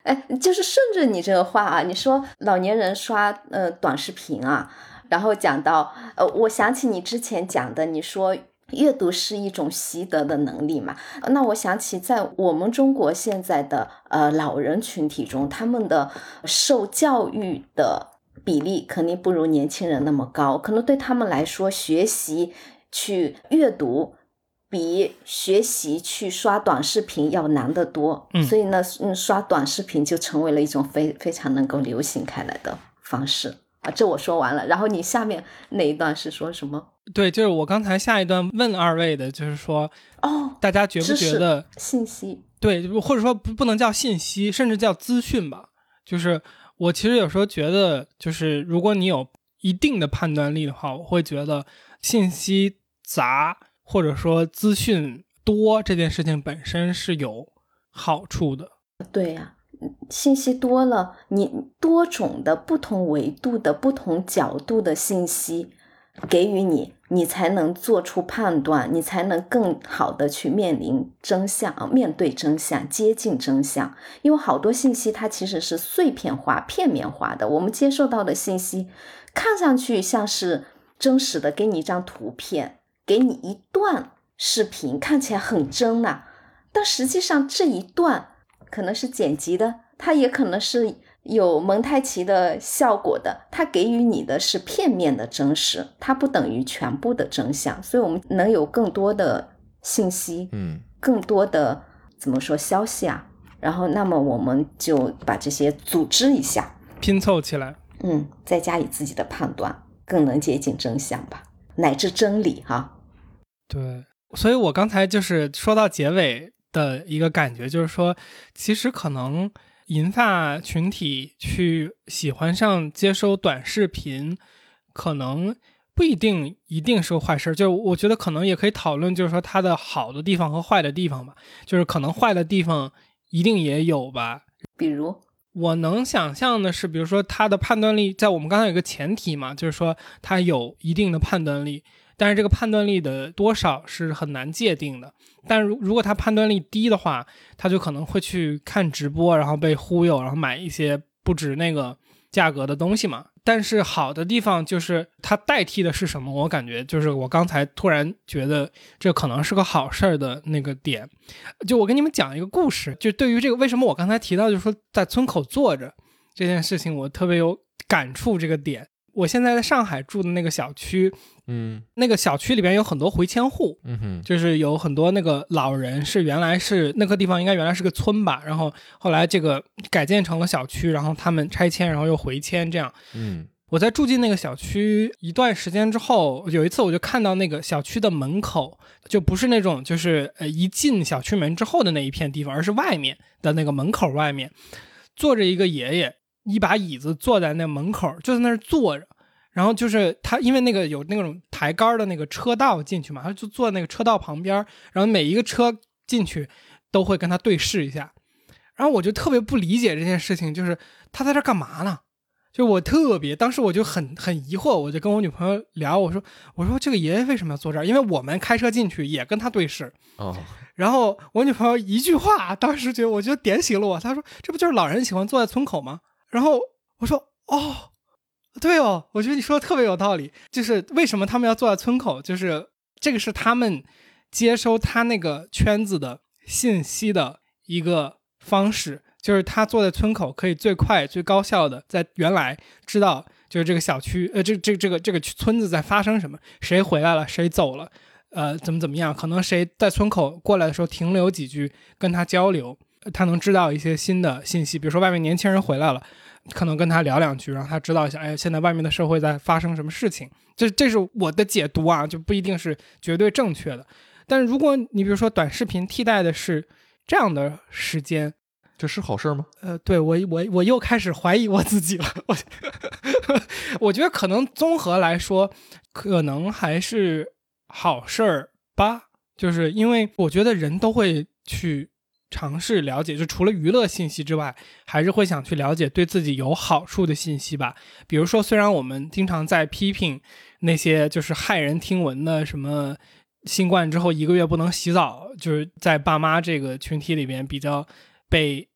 哎，就是顺着你这个话啊，你说老年人刷呃短视频啊，然后讲到呃，我想起你之前讲的，你说阅读是一种习得的能力嘛，那我想起在我们中国现在的呃老人群体中，他们的受教育的比例肯定不如年轻人那么高，可能对他们来说学习去阅读比学习去刷短视频要难得多、嗯、所以呢、嗯、刷短视频就成为了一种非非常能够流行开来的方式啊。这我说完了，然后你下面那一段是说什么？ 对，就是我刚才下一段问二位的，就是说哦， 大家觉不觉得信息， 对，或者说不不能叫信息，甚至叫资讯吧。就是我其实有时候觉得，就是如果你有一定的判断力的话，我会觉得信息杂或者说资讯多这件事情本身是有好处的。 对呀、啊，信息多了，你多种的不同维度的不同角度的信息给予你，你才能做出判断，你才能更好的去面临真相，面对真相，接近真相。因为好多信息它其实是碎片化片面化的，我们接受到的信息看上去像是真实的，给你一张图片，给你一段视频，看起来很真啊，但实际上这一段可能是剪辑的，它也可能是有蒙太奇的效果的，它给予你的是片面的真实，它不等于全部的真相。所以我们能有更多的信息， 嗯， 更多的怎么说消息啊，然后那么我们就把这些组织一下， 拼凑起来， 嗯，再加以自己的判断，更能接近真相吧，乃至真理哈。 对，所以我刚才就是说到结尾的一个感觉，就是说其实可能银发群体去喜欢上接收短视频，可能不一定一定是个坏事，就是我觉得可能也可以讨论，就是说它的好的地方和坏的地方吧，就是可能坏的地方一定也有吧。 比如我能想象的是，比如说他的判断力，在我们刚才有一个前提嘛，就是说他有一定的判断力，但是这个判断力的多少是很难界定的。但如如果他判断力低的话，他就可能会去看直播，然后被忽悠，然后买一些不值那个价格的东西嘛。但是好的地方就是它代替的是什么，我感觉就是我刚才突然觉得这可能是个好事儿的那个点。就我跟你们讲一个故事，就对于这个为什么我刚才提到就是说在村口坐着这件事情，我特别有感触这个点。我现在在上海住的那个小区， 嗯， 那个小区里边有很多回迁户， 嗯哼， 就是有很多那个老人是原来是那个地方应该原来是个村吧，然后后来这个改建成了小区，然后他们拆迁然后又回迁这样。 嗯， 我在住进那个小区一段时间之后，有一次我就看到那个小区的门口，就不是那种就是呃一进小区门之后的那一片地方，而是外面的那个门口外面坐着一个爷爷，一把椅子坐在那门口，就在那儿坐着。然后就是他因为那个有那种抬杆的那个车道进去嘛，他就坐在那个车道旁边，然后每一个车进去都会跟他对视一下。然后我就特别不理解这件事情，就是他在这干嘛呢？就我特别当时我就很很疑惑，我就跟我女朋友聊，我说我说这个爷爷为什么要坐这儿？因为我们开车进去也跟他对视。 哦， 然后我女朋友一句话当时觉得我觉得点醒了我，她说这不就是老人喜欢坐在村口吗？然后我说哦对哦，我觉得你说的特别有道理，就是为什么他们要坐在村口，就是这个是他们接收他那个圈子的信息的一个方式，就是他坐在村口可以最快最高效的在原来知道就是这个小区呃这这这个这个村子在发生什么，谁回来了谁走了，呃怎么怎么样，可能谁在村口过来的时候停留几句跟他交流，他能知道一些新的信息，比如说外面年轻人回来了，可能跟他聊两句，让他知道一下，哎，现在外面的社会在发生什么事情。这这是我的解读啊，就不一定是绝对正确的。但是如果你比如说短视频替代的是这样的时间， 这是好事吗？ 呃，对我我我又开始怀疑我自己了。我我觉得可能综合来说，可能还是好事儿吧。就是因为我觉得人都会去尝试了解，就除了娱乐信息之外，还是会想去了解对自己有好处的信息吧。比如说，虽然我们经常在批评那些就是骇人听闻的什么新冠之后一个月不能洗澡，就是在爸妈这个群体里边比较被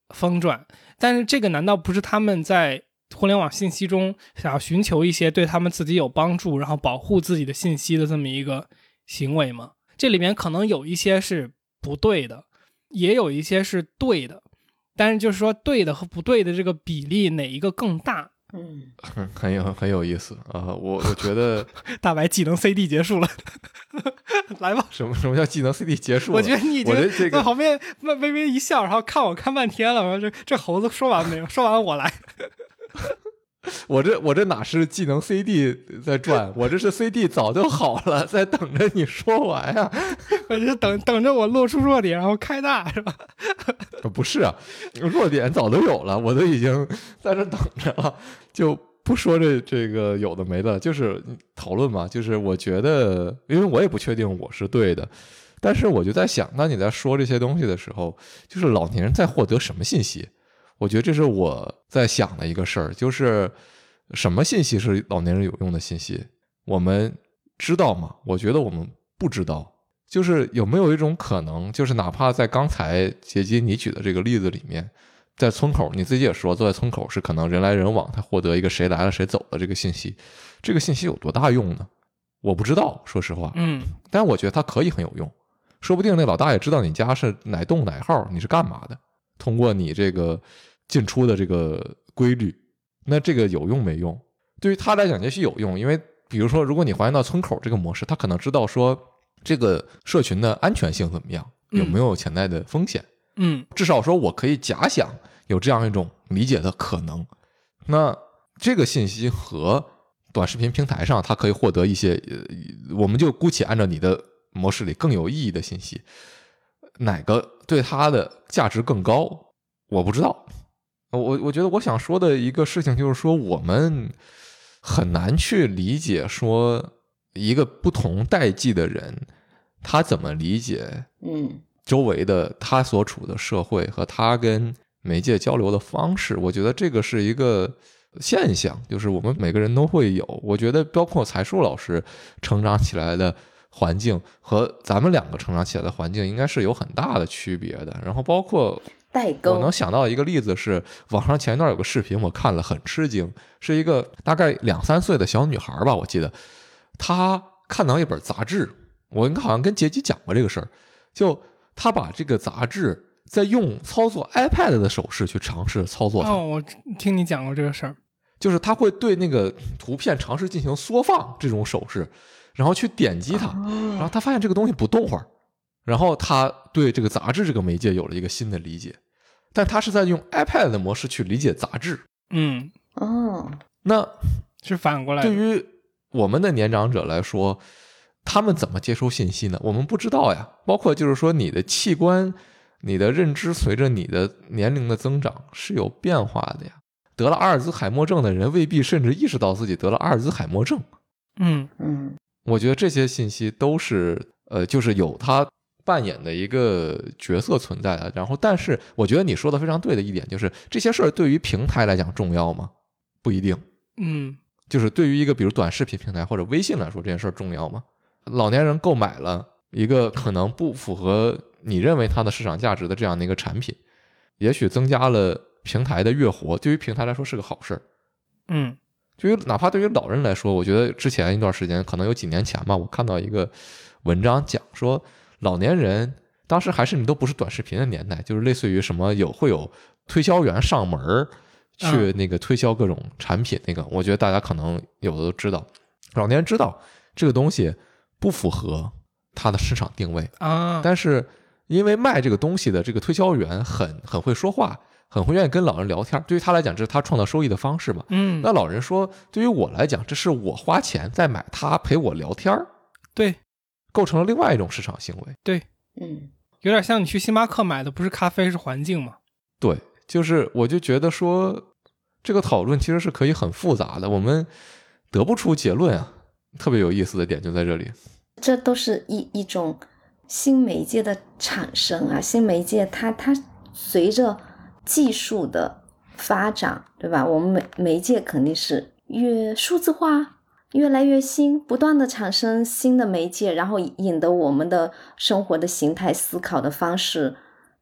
疯转。但是这个难道不是他们在互联网信息中想要寻求一些对他们自己有帮助，然后保护自己的信息的这么一个行为吗？这里面可能有一些是不对的，也有一些是对的，但是就是说对的和不对的这个比例哪一个更大？ 嗯， 很很有很有意思啊、呃！我我觉得大白技能 C D 结束了，来吧。 什么什么叫技能 C D 结束了？ 我觉得你已经这个在旁边微微一笑，然后看我看半天了。这这猴子说完没有？说完我来。 我这我这哪是技能 C D 在转，我这是 C D 早就好了，在等着你说完呀、啊。 我就等等着我露出弱点，然后开大是吧？ 不是啊，弱点早都有了，我都已经在这等着了，就不说这这个有的没的，就是讨论嘛。就是我觉得，因为我也不确定我是对的，但是我就在想，当你在说这些东西的时候，就是老年人在获得什么信息？我觉得这是我在想的一个事儿，就是什么信息是老年人有用的信息？我们知道吗？我觉得我们不知道。就是有没有一种可能，就是哪怕在刚才杰基你举的这个例子里面，在村口你自己也说，坐在村口是可能人来人往，他获得一个谁来了谁走的这个信息，这个信息有多大用呢？我不知道，说实话。 嗯， 但我觉得它可以很有用，说不定那老大爷知道你家是哪栋哪号，你是干嘛的，通过你这个进出的这个规律，那这个有用没用？对于他来讲也许有用，因为比如说如果你还原到村口这个模式，他可能知道说这个社群的安全性怎么样，有没有潜在的风险， 嗯， 至少说我可以假想有这样一种理解的可能。那这个信息和短视频平台上他可以获得一些、呃、我们就姑且按照你的模式里更有意义的信息，哪个对他的价值更高我不知道。我我觉得我想说的一个事情就是说，我们很难去理解说一个不同代际的人他怎么理解嗯周围的他所处的社会和他跟媒介交流的方式。我觉得这个是一个现象，就是我们每个人都会有。我觉得包括财树老师成长起来的环境和咱们两个成长起来的环境应该是有很大的区别的。然后包括代沟， 我能想到一个例子是，网上前一段有个视频我看了很吃惊，是一个大概两三岁的小女孩吧，我记得她看到一本杂志，我应该好像跟杰基讲过这个事儿，就她把这个杂志在用操作 iPad 的手势去尝试操作它。 哦，我听你讲过这个事儿， 就是他会对那个图片尝试进行缩放这种手势，然后去点击它，然后他发现这个东西不动会儿，然后他对这个杂志这个媒介有了一个新的理解，但他是在用 iPad 的模式去理解杂志。 嗯， 哦， 那是反过来的。 对于我们的年长者来说，他们怎么接收信息呢？我们不知道呀。包括就是说你的器官、你的认知随着你的年龄的增长是有变化的呀。得了阿尔兹海默症的人未必甚至意识到自己得了阿尔兹海默症。 嗯嗯， 我觉得这些信息都是呃，就是有他扮演的一个角色存在的。然后，但是我觉得你说的非常对的一点就是，这些事儿对于平台来讲重要吗？不一定。 嗯， 就是对于一个比如短视频平台或者微信来说，这件事儿重要吗？老年人购买了一个可能不符合你认为它的市场价值的这样的一个产品，也许增加了平台的月活，对于平台来说是个好事儿。 嗯， 对于哪怕对于老人来说，我觉得之前一段时间，可能有几年前吧，我看到一个文章讲说，老年人当时还是你都不是短视频的年代，就是类似于什么有会有推销员上门去那个推销各种产品，那个我觉得大家可能有的都知道，老年人知道这个东西不符合它的市场定位啊， 但是因为卖这个东西的这个推销员很很会说话，很会愿意跟老人聊天，对于他来讲这是他创造收益的方式嘛。 嗯， 那老人说对于我来讲这是我花钱在买他陪我聊天， 对， 构成了另外一种市场行为。 对， 嗯， 有点像你去星巴克买的不是咖啡是环境嘛。 对，就是我就觉得说这个讨论其实是可以很复杂的，我们得不出结论啊。特别有意思的点就在这里， 这都是一一种新媒介的产生啊，新媒介它它随着技术的发展，对吧？我们媒媒介肯定是越数字化，越来越新，不断的产生新的媒介，然后引得我们的生活的形态、思考的方式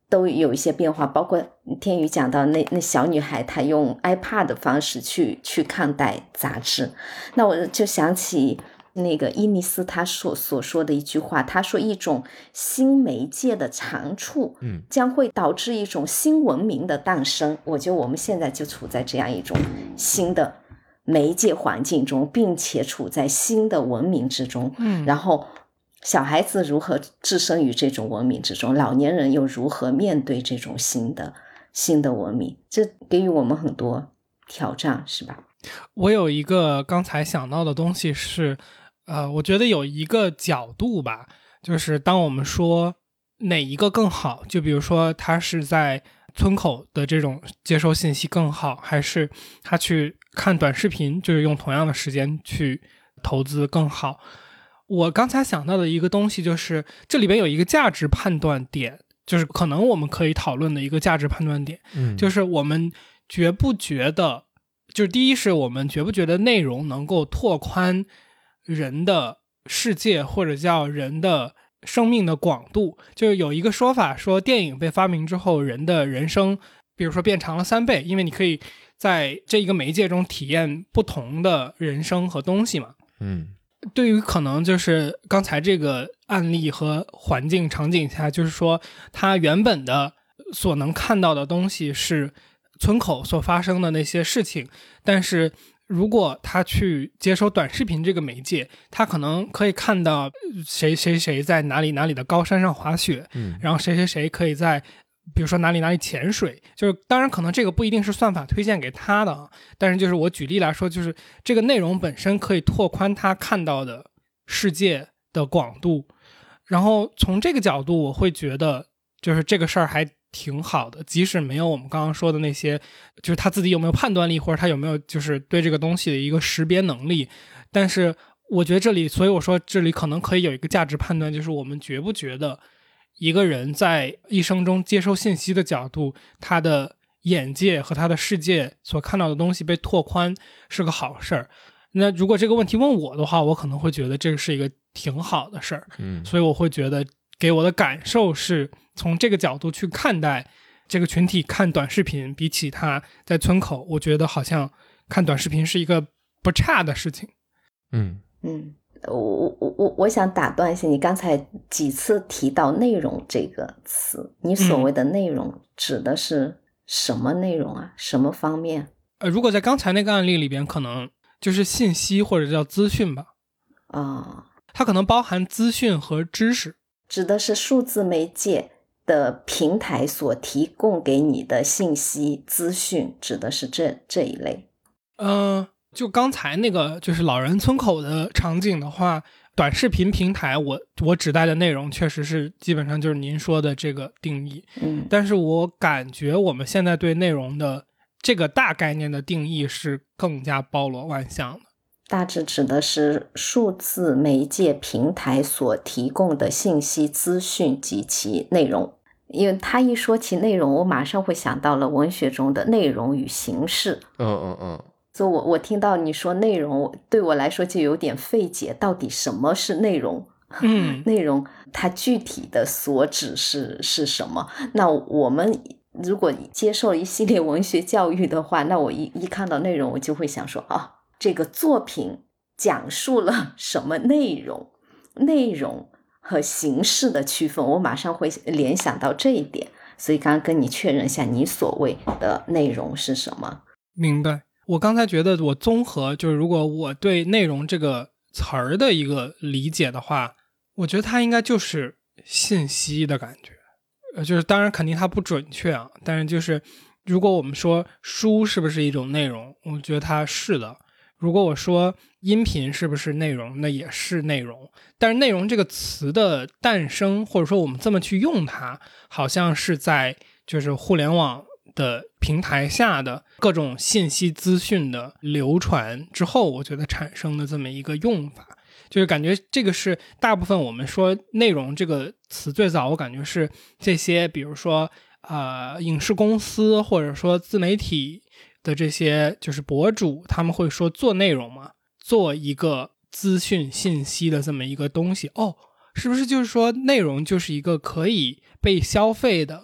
都有一些变化，包括天宇讲到那那小女孩她用 iPad 的方式去去看待杂志，那我就想起那个伊尼斯他所所说的一句话，他说一种新媒介的长处嗯， 将会导致一种新文明的诞生。我觉得我们现在就处在这样一种新的媒介环境中，并且处在新的文明之中， 嗯， 然后小孩子如何置身于这种文明之中，老年人又如何面对这种新的新的文明，这给予我们很多挑战，是吧？ 我有一个刚才想到的东西是，呃，我觉得有一个角度吧，就是当我们说哪一个更好，就比如说他是在村口的这种接收信息更好，还是他去看短视频，就是用同样的时间去投资更好。我刚才想到的一个东西就是这里边有一个价值判断点，就是可能我们可以讨论的一个价值判断点， 嗯， 就是我们觉不觉得，就是第一是我们觉不觉得内容能够拓宽人的世界，或者叫人的生命的广度。就是有一个说法说电影被发明之后，人的人生比如说变长了三倍，因为你可以在这一个媒介中体验不同的人生和东西嘛。 嗯， 对于可能就是刚才这个案例和环境场景下，就是说他原本的所能看到的东西是村口所发生的那些事情，但是如果他去接收短视频这个媒介，他可能可以看到谁谁谁在哪里哪里的高山上滑雪， 嗯， 然后谁谁谁可以在比如说哪里哪里潜水，就是当然可能这个不一定是算法推荐给他的，但是就是我举例来说，就是这个内容本身可以拓宽他看到的世界的广度，然后从这个角度我会觉得就是这个事儿还挺好的，即使没有我们刚刚说的那些，就是他自己有没有判断力，或者他有没有就是对这个东西的一个识别能力，但是我觉得这里，所以我说这里可能可以有一个价值判断，就是我们觉不觉得一个人在一生中接收信息的角度，他的眼界和他的世界所看到的东西被拓宽是个好事儿。那如果这个问题问我的话，我可能会觉得这个是一个挺好的事儿， 嗯， 所以我会觉得给我的感受是从这个角度去看待这个群体看短视频，比起他在村口，我觉得好像看短视频是一个不差的事情。 嗯嗯，我我我我想打断一下，你刚才几次提到内容这个词，你所谓的内容指的是什么内容啊？什么方面？ 呃，如果在刚才那个案例里边，可能就是信息或者叫资讯吧。 啊、哦， 它可能包含资讯和知识， 指的是数字媒介的平台所提供给你的信息资讯，指的是这这一类。 嗯、呃，就刚才那个就是老人村口的场景的话，短视频平台我我指代的内容确实是基本上就是您说的这个定义。 嗯， 但是我感觉我们现在对内容的这个大概念的定义是更加包罗万象的。 大致指的是数字媒介平台所提供的信息资讯及其内容。因为他一说起内容，我马上会想到了文学中的内容与形式。 嗯嗯嗯， 所以我我听到你说内容，对我来说就有点费解，到底什么是内容？ 嗯， 内容它具体的所指是是什么？那我们如果接受一系列文学教育的话，那我一一看到内容，我就会想说啊，这个作品讲述了什么内容？内容和形式的区分，我马上会联想到这一点。所以刚刚跟你确认一下，你所谓的内容是什么？ 明白。我刚才觉得我综合就是如果我对内容这个词儿的一个理解的话，我觉得它应该就是信息的感觉。呃，就是当然肯定它不准确啊，但是就是如果我们说书是不是一种内容，我觉得它是的。如果我说音频是不是内容，那也是内容。但是内容这个词的诞生，或者说我们这么去用它，好像是在就是互联网的平台下的各种信息资讯的流传之后，我觉得产生的这么一个用法。就是感觉这个是大部分我们说内容这个词最早我感觉是这些比如说呃影视公司或者说自媒体的这些就是博主，他们会说做内容嘛，做一个资讯信息的这么一个东西。哦，是不是就是说内容就是一个可以被消费的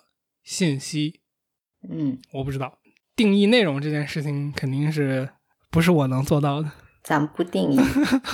信息。 嗯， 我不知道定义内容这件事情肯定是不是我能做到的。 咱不定义。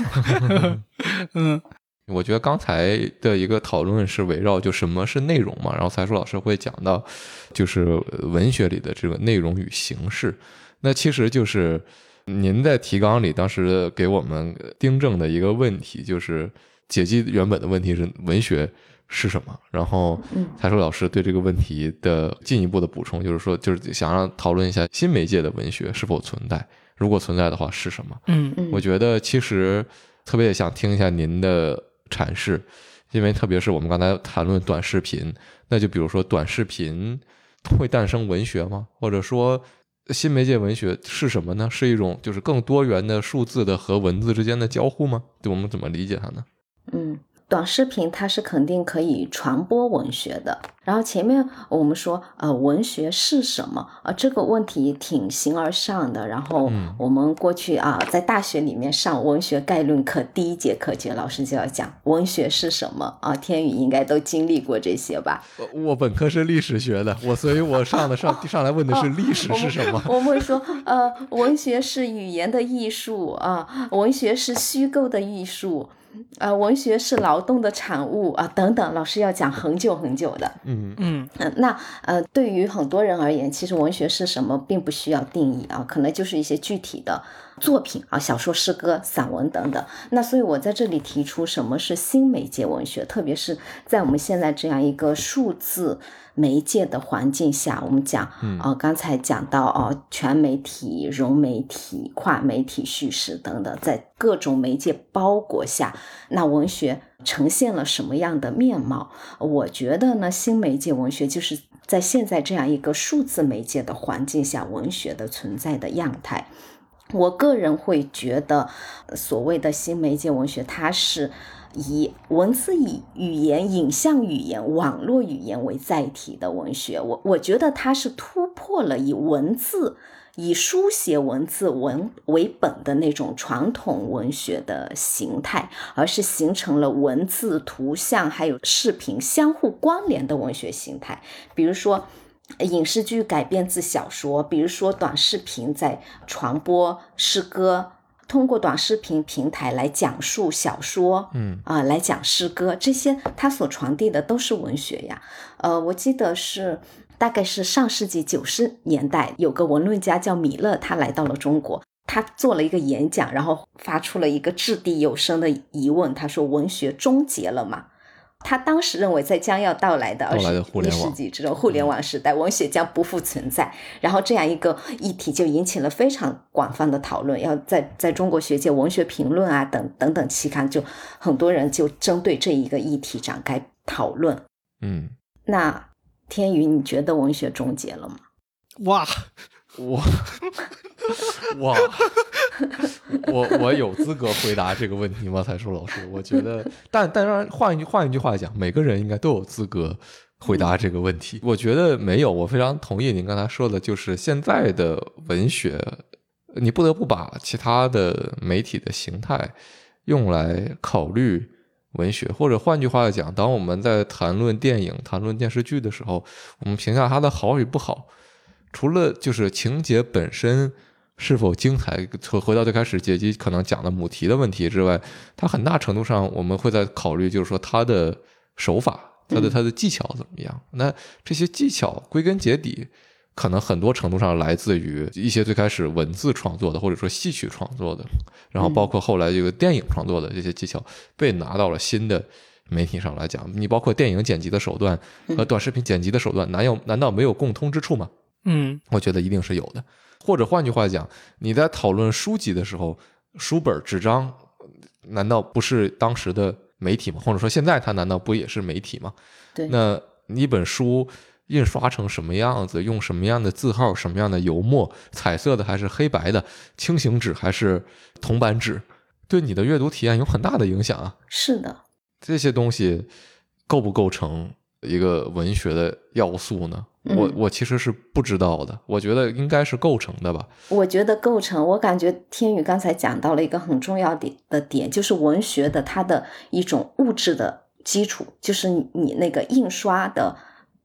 嗯， 我觉得刚才的一个讨论是围绕就什么是内容嘛，然后才叔老师会讲到就是文学里的这个内容与形式。那其实就是您在提纲里当时给我们订正的一个问题，就是解析原本的问题是文学是什么，然后才叔老师对这个问题的进一步的补充就是说，就是想让讨论一下新媒介的文学是否存在，如果存在的话是什么。 嗯， 我觉得其实特别想听一下您的阐释，因为特别是我们刚才谈论短视频，那就比如说短视频会诞生文学吗？或者说新媒介文学是什么呢？是一种就是更多元的数字的和文字之间的交互吗？对，我们怎么理解它呢？ 嗯，短视频它是肯定可以传播文学的。然后前面我们说呃，文学是什么呃，这个问题挺形而上的。然后我们过去啊，在大学里面上文学概论课第一节课就老师就要讲文学是什么啊，天宇应该都经历过这些吧。 我本科是历史学的，我所以我上的上上来问的是历史是什么。 我们会说呃，文学是语言的艺术啊，文学是虚构的艺术，呃，文学是劳动的产物啊，等等，老师要讲很久很久的。 嗯嗯、 呃、那呃，对于很多人而言，其实文学是什么并不需要定义啊，可能就是一些具体的作品啊，小说、诗歌、散文等等。那所以我在这里提出什么是新媒介文学，特别是在我们现在这样一个数字媒介的环境下，我们讲啊、呃，刚才讲到哦、呃，全媒体、融媒体、跨媒体叙事等等，在各种媒介包裹下，那文学呈现了什么样的面貌？我觉得呢，新媒介文学就是在现在这样一个数字媒介的环境下，文学的存在的样态。我个人会觉得，所谓的新媒介文学，它是以文字语言、影像语言、网络语言为载体的文学。我我觉得它是突破了以文字、以书写文字文为本的那种传统文学的形态，而是形成了文字、图像还有视频相互关联的文学形态。比如说影视剧改编自小说，比如说短视频在传播诗歌，通过短视频平台来讲述小说， 嗯啊、呃，来讲诗歌，这些它所传递的都是文学呀。呃，我记得是大概是上世纪九十年代，有个文论家叫米勒，他来到了中国，他做了一个演讲，然后发出了一个掷地有声的疑问，他说：“文学终结了吗？”他当时认为，在将要到来的二十一世纪这种互联网时代，文学将不复存在。然后这样一个议题就引起了非常广泛的讨论，要在在中国学界文学评论啊等等等期刊，就很多人就针对这一个议题展开讨论。 嗯， 那天宇，你觉得文学终结了吗？ 哇我哇，我我有资格回答这个问题吗？才叔老师，我觉得，但但让换一句换一句话讲，每个人应该都有资格回答这个问题。嗯、我觉得没有，我非常同意您刚才说的，就是现在的文学，你不得不把其他的媒体的形态用来考虑文学，或者换句话讲，当我们在谈论电影、谈论电视剧的时候，我们评价它的好与不好，除了就是情节本身是否精彩，回到最开始杰基可能讲的母题的问题之外，它很大程度上我们会在考虑，就是说它的手法，它的它的技巧怎么样。那这些技巧归根结底，可能很多程度上来自于一些最开始文字创作的，或者说戏曲创作的，然后包括后来这个电影创作的这些技巧被拿到了新的媒体上来讲。你包括电影剪辑的手段和短视频剪辑的手段，难有难道没有共通之处吗？ 嗯， 我觉得一定是有的。或者换句话讲，你在讨论书籍的时候，书本纸张难道不是当时的媒体吗？或者说现在它难道不也是媒体吗？ 对， 那一本书印刷成什么样子，用什么样的字号，什么样的油墨，彩色的还是黑白的，轻型纸还是铜版纸，对你的阅读体验有很大的影响啊。 是的， 这些东西构不构成一个文学的要素呢？ 嗯、 我我其实是不知道的，我觉得应该是构成的吧。 我觉得构成，我感觉天宇刚才讲到了一个很重要的点，就是文学的它的一种物质的基础，就是你那个印刷的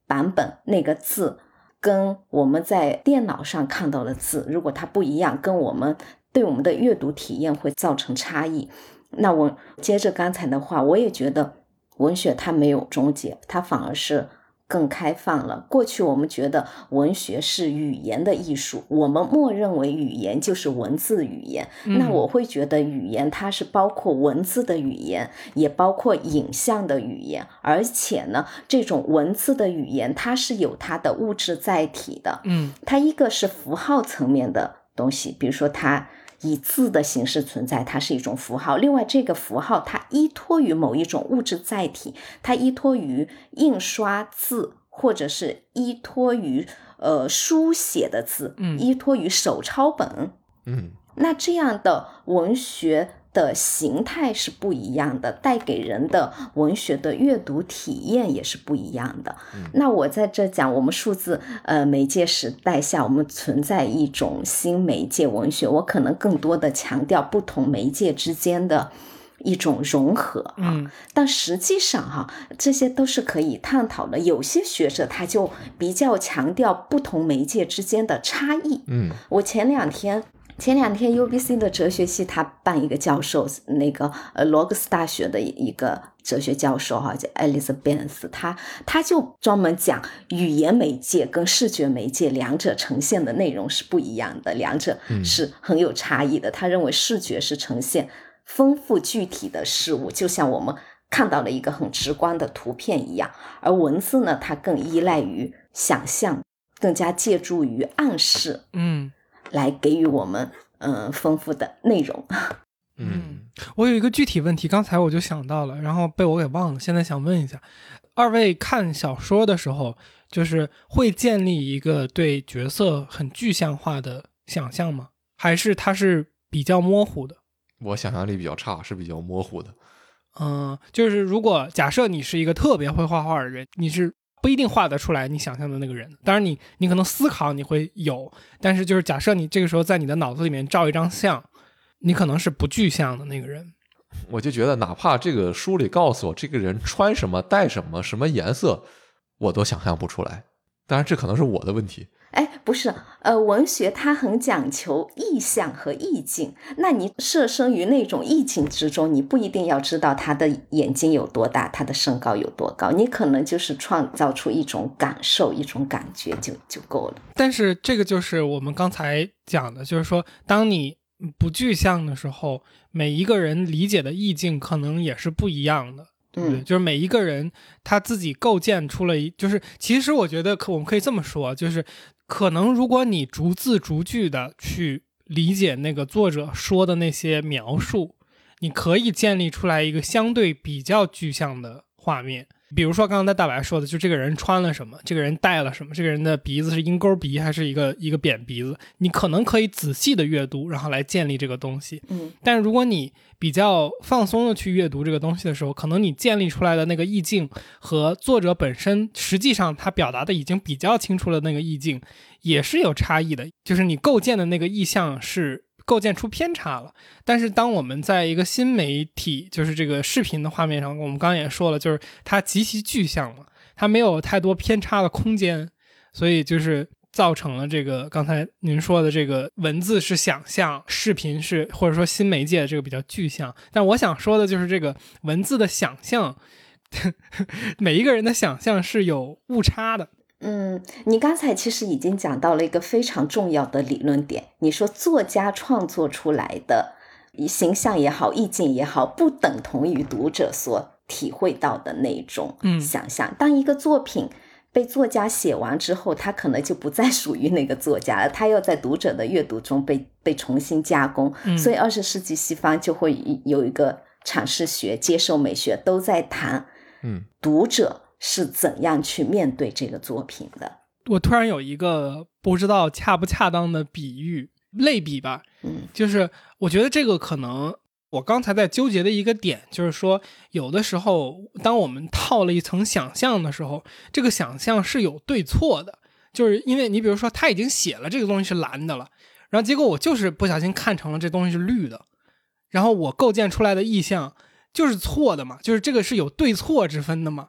版本那个字跟我们在电脑上看到的字，如果它不一样，跟我们对我们的阅读体验会造成差异。那我接着刚才的话，我也觉得文学它没有终结，它反而是更开放了。过去我们觉得文学是语言的艺术，我们默认为语言就是文字语言、嗯、那我会觉得语言它是包括文字的语言，也包括影像的语言，而且呢这种文字的语言它是有它的物质载体的。 嗯， 它一个是符号层面的东西，比如说它以字的形式存在，它是一种符号。另外这个符号它依托于某一种物质载体，它依托于印刷字，或者是依托于呃书写的字、嗯、依托于手抄本。 嗯， 那这样的文学的形态是不一样的，带给人的文学的阅读体验也是不一样的、嗯、那我在这讲我们数字呃媒介时代下，我们存在一种新媒介文学，我可能更多的强调不同媒介之间的一种融合、 嗯、 但实际上哈，这些都是可以探讨的。有些学者他就比较强调不同媒介之间的差异。 嗯， 我前两天前两天 U B C 的哲学系他办一个教授，那个呃罗格斯大学的一个哲学教授哈，叫 Elizabeth， 他他就专门讲语言媒介跟视觉媒介两者呈现的内容是不一样的，两者是很有差异的、嗯、他认为视觉是呈现丰富具体的事物，就像我们看到了一个很直观的图片一样，而文字呢它更依赖于想象，更加借助于暗示， 嗯， 来给予我们嗯、呃、丰富的内容。 嗯，我有一个具体问题，刚才我就想到了，然后被我给忘了，现在想问一下，二位看小说的时候，就是会建立一个对角色很具象化的想象吗？还是它是比较模糊的？ 我想象力比较差，是比较模糊的。 嗯，就是如果假设你是一个特别会画画的人，你是不一定画得出来你想象的那个人，当然你你可能思考你会有，但是就是假设你这个时候在你的脑子里面照一张相，你可能是不具象的那个人。 我就觉得哪怕这个书里告诉我这个人穿什么戴什么什么颜色我都想象不出来，当然这可能是我的问题。 哎，不是，呃，文学它很讲求意象和意境，那你设身于那种意境之中，你不一定要知道他的眼睛有多大，他的身高有多高，你可能就是创造出一种感受，一种感觉就就够了。 但是这个就是我们刚才讲的，就是说当你不具象的时候，每一个人理解的意境可能也是不一样的，对不对？嗯、就是每一个人他自己构建出了一，就是其实我觉得可我们可以这么说，就是可能如果你逐字逐句的去理解那个作者说的那些描述，你可以建立出来一个相对比较具象的画面。比如说刚才大白说的，就这个人穿了什么，这个人戴了什么，这个人的鼻子是鹰钩鼻还是一个一个扁鼻子，你可能可以仔细的阅读，然后来建立这个东西。 嗯， 但如果你比较放松的去阅读这个东西的时候，可能你建立出来的那个意境和作者本身实际上他表达的已经比较清楚了那个意境也是有差异的，就是你构建的那个意象是构建出偏差了。但是当我们在一个新媒体，就是这个视频的画面上，我们刚刚也说了，就是它极其具象了，它没有太多偏差的空间，所以就是造成了这个刚才您说的这个文字是想象，视频是或者说新媒介这个比较具象。但我想说的就是这个文字的想象每一个人的想象是有误差的。 嗯，你刚才其实已经讲到了一个非常重要的理论点，你说作家创作出来的形象也好，意境也好，不等同于读者所体会到的那种想象、嗯、当一个作品被作家写完之后，他可能就不再属于那个作家了，他要在读者的阅读中被被重新加工、嗯、所以二十世纪西方就会有一个阐释学、接受美学都在谈嗯， 读者是怎样去面对这个作品的。 我突然有一个不知道恰不恰当的比喻类比吧， 嗯， 就是我觉得这个可能我刚才在纠结的一个点，就是说有的时候当我们套了一层想象的时候，这个想象是有对错的，就是因为你比如说他已经写了这个东西是蓝的了，然后结果我就是不小心看成了这东西是绿的，然后我构建出来的意象就是错的嘛，就是这个是有对错之分的嘛。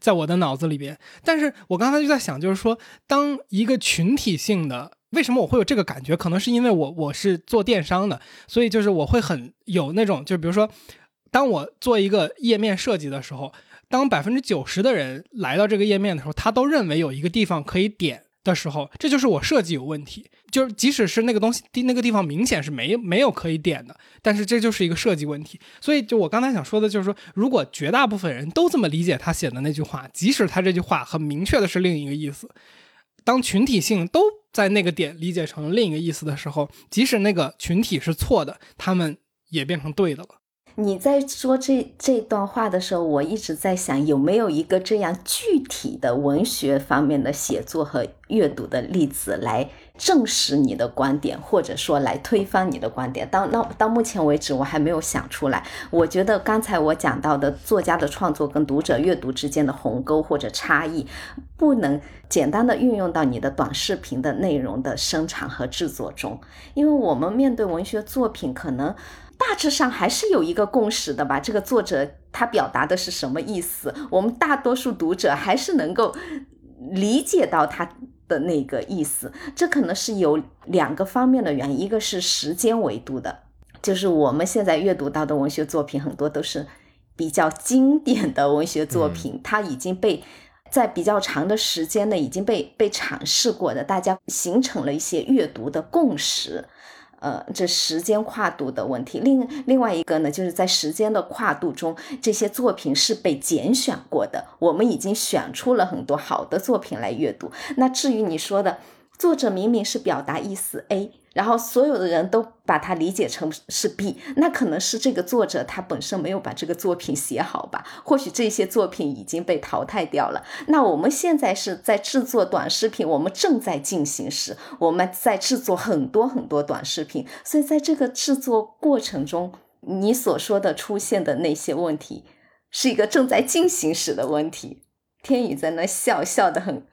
在我的脑子里边。但是我刚才就在想，就是说当一个群体性的，为什么我会有这个感觉，可能是因为我我是做电商的，所以就是我会很有那种，就比如说当我做一个页面设计的时候，当百分之九十的人来到这个页面的时候，他都认为有一个地方可以点的时候，这就是我设计有问题。就是即使是那个东西那个地方明显是没没有可以点的，但是这就是一个设计问题。所以就我刚才想说的就是说，如果绝大部分人都这么理解他写的那句话，即使他这句话很明确的是另一个意思，当群体性都在那个点理解成另一个意思的时候，即使那个群体是错的，他们也变成对的了。 你在说这这段话的时候，我一直在想有没有一个这样具体的文学方面的写作和阅读的例子来证实你的观点，或者说来推翻你的观点。到到到目前为止我还没有想出来。我觉得刚才我讲到的作家的创作跟读者阅读之间的鸿沟或者差异，不能简单的运用到你的短视频的内容的生产和制作中。因为我们面对文学作品，可能大致上还是有一个共识的吧，这个作者他表达的是什么意思，我们大多数读者还是能够理解到他的那个意思。这可能是有两个方面的原因，一个是时间维度的，就是我们现在阅读到的文学作品很多都是比较经典的文学作品，嗯、它已经被在比较长的时间内已经被被阐释过的，大家形成了一些阅读的共识。呃，这时间跨度的问题。另另外一个呢，就是在时间的跨度中，这些作品是被拣选过的，我们已经选出了很多好的作品来阅读。那至于你说的，作者明明是表达意思 A， 然后所有的人都把它理解成是 B， 那可能是这个作者他本身没有把这个作品写好吧，或许这些作品已经被淘汰掉了。那我们现在是在制作短视频，我们正在进行时，我们在制作很多很多短视频，所以在这个制作过程中，你所说的出现的那些问题是一个正在进行时的问题。天宇在那笑笑得很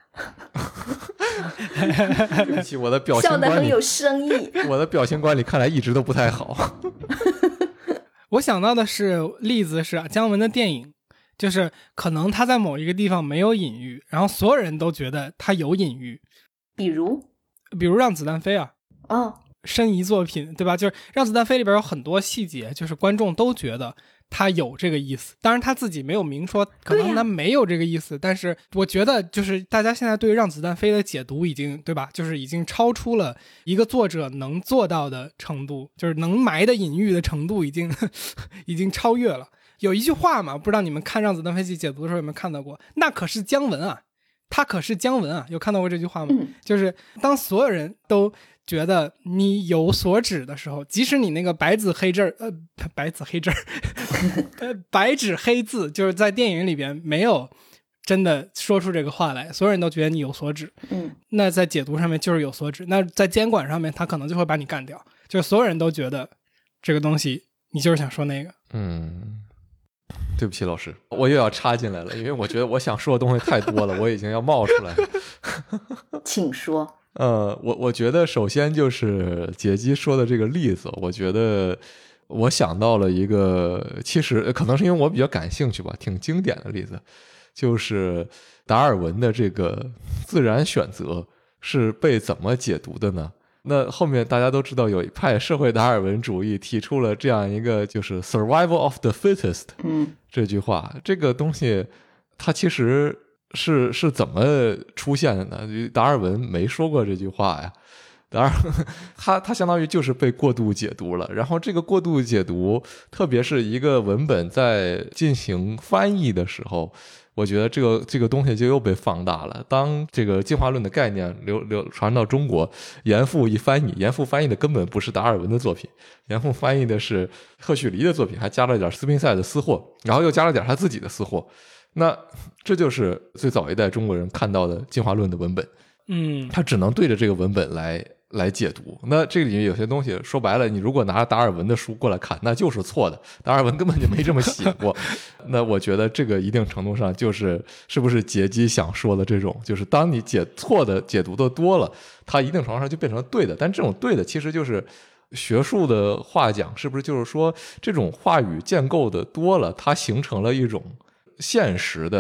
对不起，我的表情管理笑得很有深意。 我的表情管理看来一直都不太好。 我想到的是例子是姜文的电影，就是可能他在某一个地方没有隐喻，然后所有人都觉得他有隐喻。 比如比如让子弹飞啊， 哦， 申遗作品，对吧？就是让子弹飞里边有很多细节，就是观众都觉得他有这个意思，当然他自己没有明说，可能他没有这个意思，但是我觉得就是大家现在对于让子弹飞的解读已经，对吧，就是已经超出了一个作者能做到的程度，就是能埋的隐喻的程度已经已经超越了。有一句话嘛，不知道你们看让子弹飞解读的时候有没有看到过，那可是姜文啊，他可是姜文啊，有看到过这句话吗？ 嗯、 就是当所有人都觉得你有所指的时候，即使你那个白纸黑字，呃，白纸黑字，白纸黑字，就是在电影里边没有真的说出这个话来，所有人都觉得你有所指。 嗯， 那在解读上面就是有所指，那在监管上面他可能就会把你干掉，就是所有人都觉得这个东西你就是想说那个。 嗯。对不起老师，我又要插进来了，因为我觉得我想说的东西太多了，我已经要冒出来了。 请说。 呃，我我觉得首先就是杰基说的这个例子，我觉得我想到了一个，其实可能是因为我比较感兴趣吧，挺经典的例子，就是达尔文的这个自然选择是被怎么解读的呢？那后面大家都知道有一派社会达尔文主义提出了这样一个就是 survival of the fittest 这句话，这个东西它其实是是怎么出现的呢？达尔文没说过这句话呀，达尔他他相当于就是被过度解读了，然后这个过度解读，特别是一个文本在进行翻译的时候，我觉得这个这个东西就又被放大了。当这个进化论的概念流流传到中国，严复一翻译，严复翻译的根本不是达尔文的作品，严复翻译的是赫胥黎的作品，还加了点斯宾塞的私货，然后又加了点他自己的私货。那这就是最早一代中国人看到的进化论的文本， 嗯， 他只能对着这个文本来来解读。那这里面有些东西说白了，你如果拿达尔文的书过来看，那就是错的，达尔文根本就没这么写过。那我觉得这个一定程度上就是是不是杰基想说的这种，就是当你解错的解读的多了，它一定程度上就变成了对的。但这种对的其实就是学术的话讲，是不是就是说这种话语建构的多了，它形成了一种现实的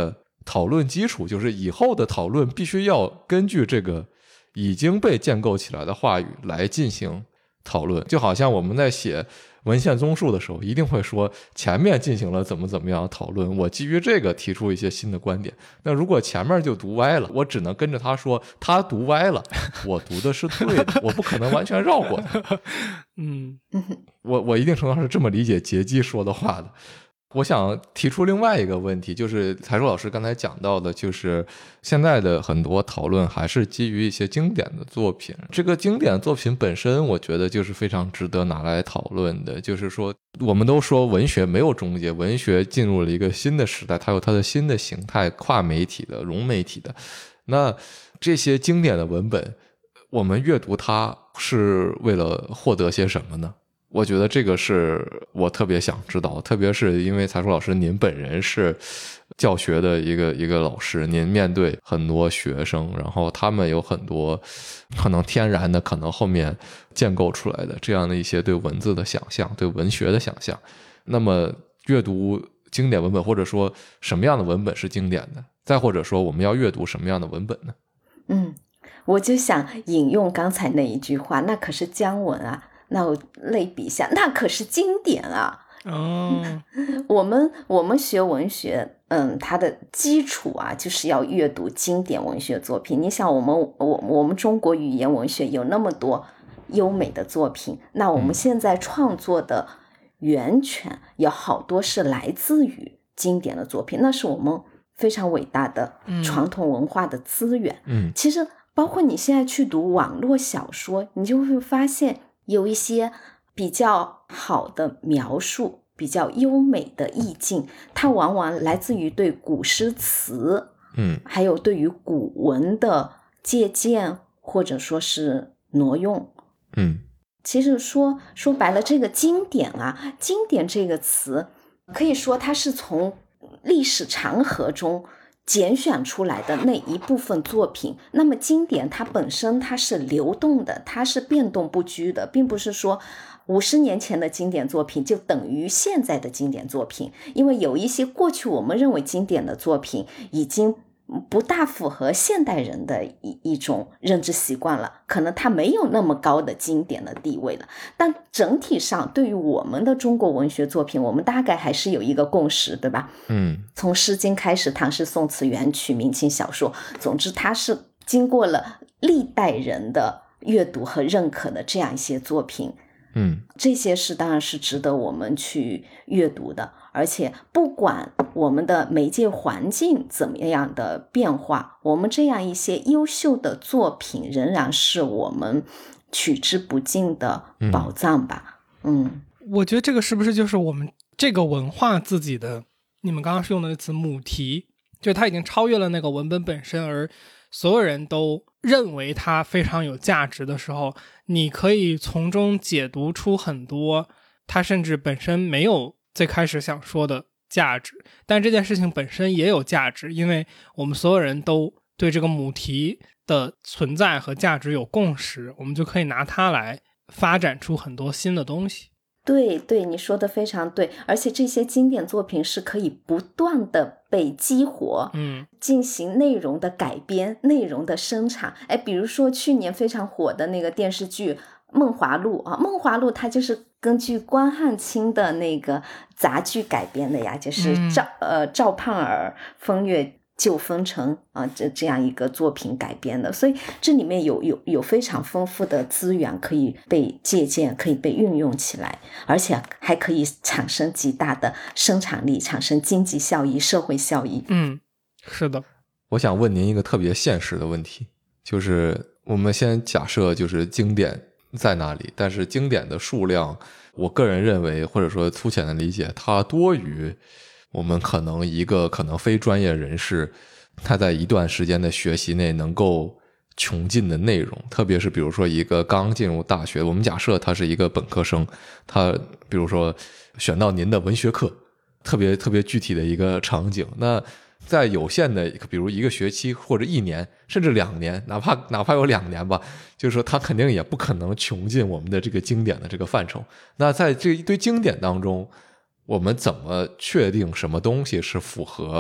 讨论基础，就是以后的讨论必须要根据这个已经被建构起来的话语来进行讨论。就好像我们在写文献综述的时候，一定会说前面进行了怎么怎么样讨论，我基于这个提出一些新的观点。那如果前面就读歪了，我只能跟着他说他读歪了，我读的是对的，我不可能完全绕过他。 嗯， 我我一定程度上是这么理解杰基说的话的。我想提出另外一个问题，就是才叔老师刚才讲到的，就是现在的很多讨论还是基于一些经典的作品。这个经典作品本身我觉得就是非常值得拿来讨论的，就是说我们都说文学没有终结，文学进入了一个新的时代，它有它的新的形态，跨媒体的、融媒体的。那这些经典的文本我们阅读它是为了获得些什么呢？我觉得这个是我特别想知道，特别是因为才叔老师您本人是教学的一个一个老师，您面对很多学生，然后他们有很多可能天然的，可能后面建构出来的这样的一些对文字的想象，对文学的想象。那么阅读经典文本，或者说什么样的文本是经典的，再或者说我们要阅读什么样的文本呢？ 嗯，我就想引用刚才那一句话，那可是姜文啊，那我类比一下，那可是经典啊。 哦， 我们我们学文学，嗯，它的基础啊，就是要阅读经典文学作品。你想，我们我我们中国语言文学有那么多优美的作品，那我们现在创作的源泉有好多是来自于经典的作品，那是我们非常伟大的传统文化的资源。 嗯， 其实包括你现在去读网络小说，你就会发现有一些比较好的描述，比较优美的意境，它往往来自于对古诗词， 嗯， 还有对于古文的借鉴或者说是挪用。 嗯， 其实说说白了，这个经典啊，经典这个词可以说它是从历史长河中拣选出来的那一部分作品。那么经典它本身它是流动的，它是变动不居的，并不是说五十年前的经典作品就等于现在的经典作品，因为有一些过去我们认为经典的作品已经不大符合现代人的一一种认知习惯了，可能它没有那么高的经典的地位了。但整体上对于我们的中国文学作品，我们大概还是有一个共识，对吧？ 嗯， 从诗经开始，唐诗宋词元曲明清小说，总之它是经过了历代人的阅读和认可的这样一些作品。 嗯， 这些是当然是值得我们去阅读的。而且不管我们的媒介环境怎么样的变化，我们这样一些优秀的作品仍然是我们取之不尽的宝藏吧。嗯，嗯， 我觉得这个是不是就是我们这个文化自己的，你们刚刚是用的那词母题，就是它已经超越了那个文本本身，而所有人都认为它非常有价值的时候，你可以从中解读出很多它甚至本身没有最开始想说的价值，但这件事情本身也有价值，因为我们所有人都对这个母题的存在和价值有共识，我们就可以拿它来发展出很多新的东西。 对对，你说的非常对，而且这些经典作品是可以不断的被激活， 嗯， 进行内容的改编、内容的生产。哎，比如说去年非常火的那个电视剧《梦华录》啊，《梦华录》它就是根据关汉卿的那个杂剧改编的呀，就是赵、嗯、呃赵盼儿风月旧风尘啊，这这样一个作品改编的，所以这里面有有有非常丰富的资源可以被借鉴，可以被运用起来，而且还可以产生极大的生产力，产生经济效益、社会效益。 嗯，是的。 我想问您一个特别现实的问题，就是我们先假设就是经典在哪里，但是经典的数量，我个人认为或者说粗浅的理解，它多于我们可能一个可能非专业人士他在一段时间的学习内能够穷尽的内容。特别是比如说一个刚进入大学，我们假设他是一个本科生，他比如说选到您的文学课，特别特别具体的一个场景，那在有限的比如一个学期或者一年甚至两年，哪怕哪怕有两年吧，就是说他肯定也不可能穷尽我们的这个经典的这个范畴。那在这一堆经典当中，我们怎么确定什么东西是符合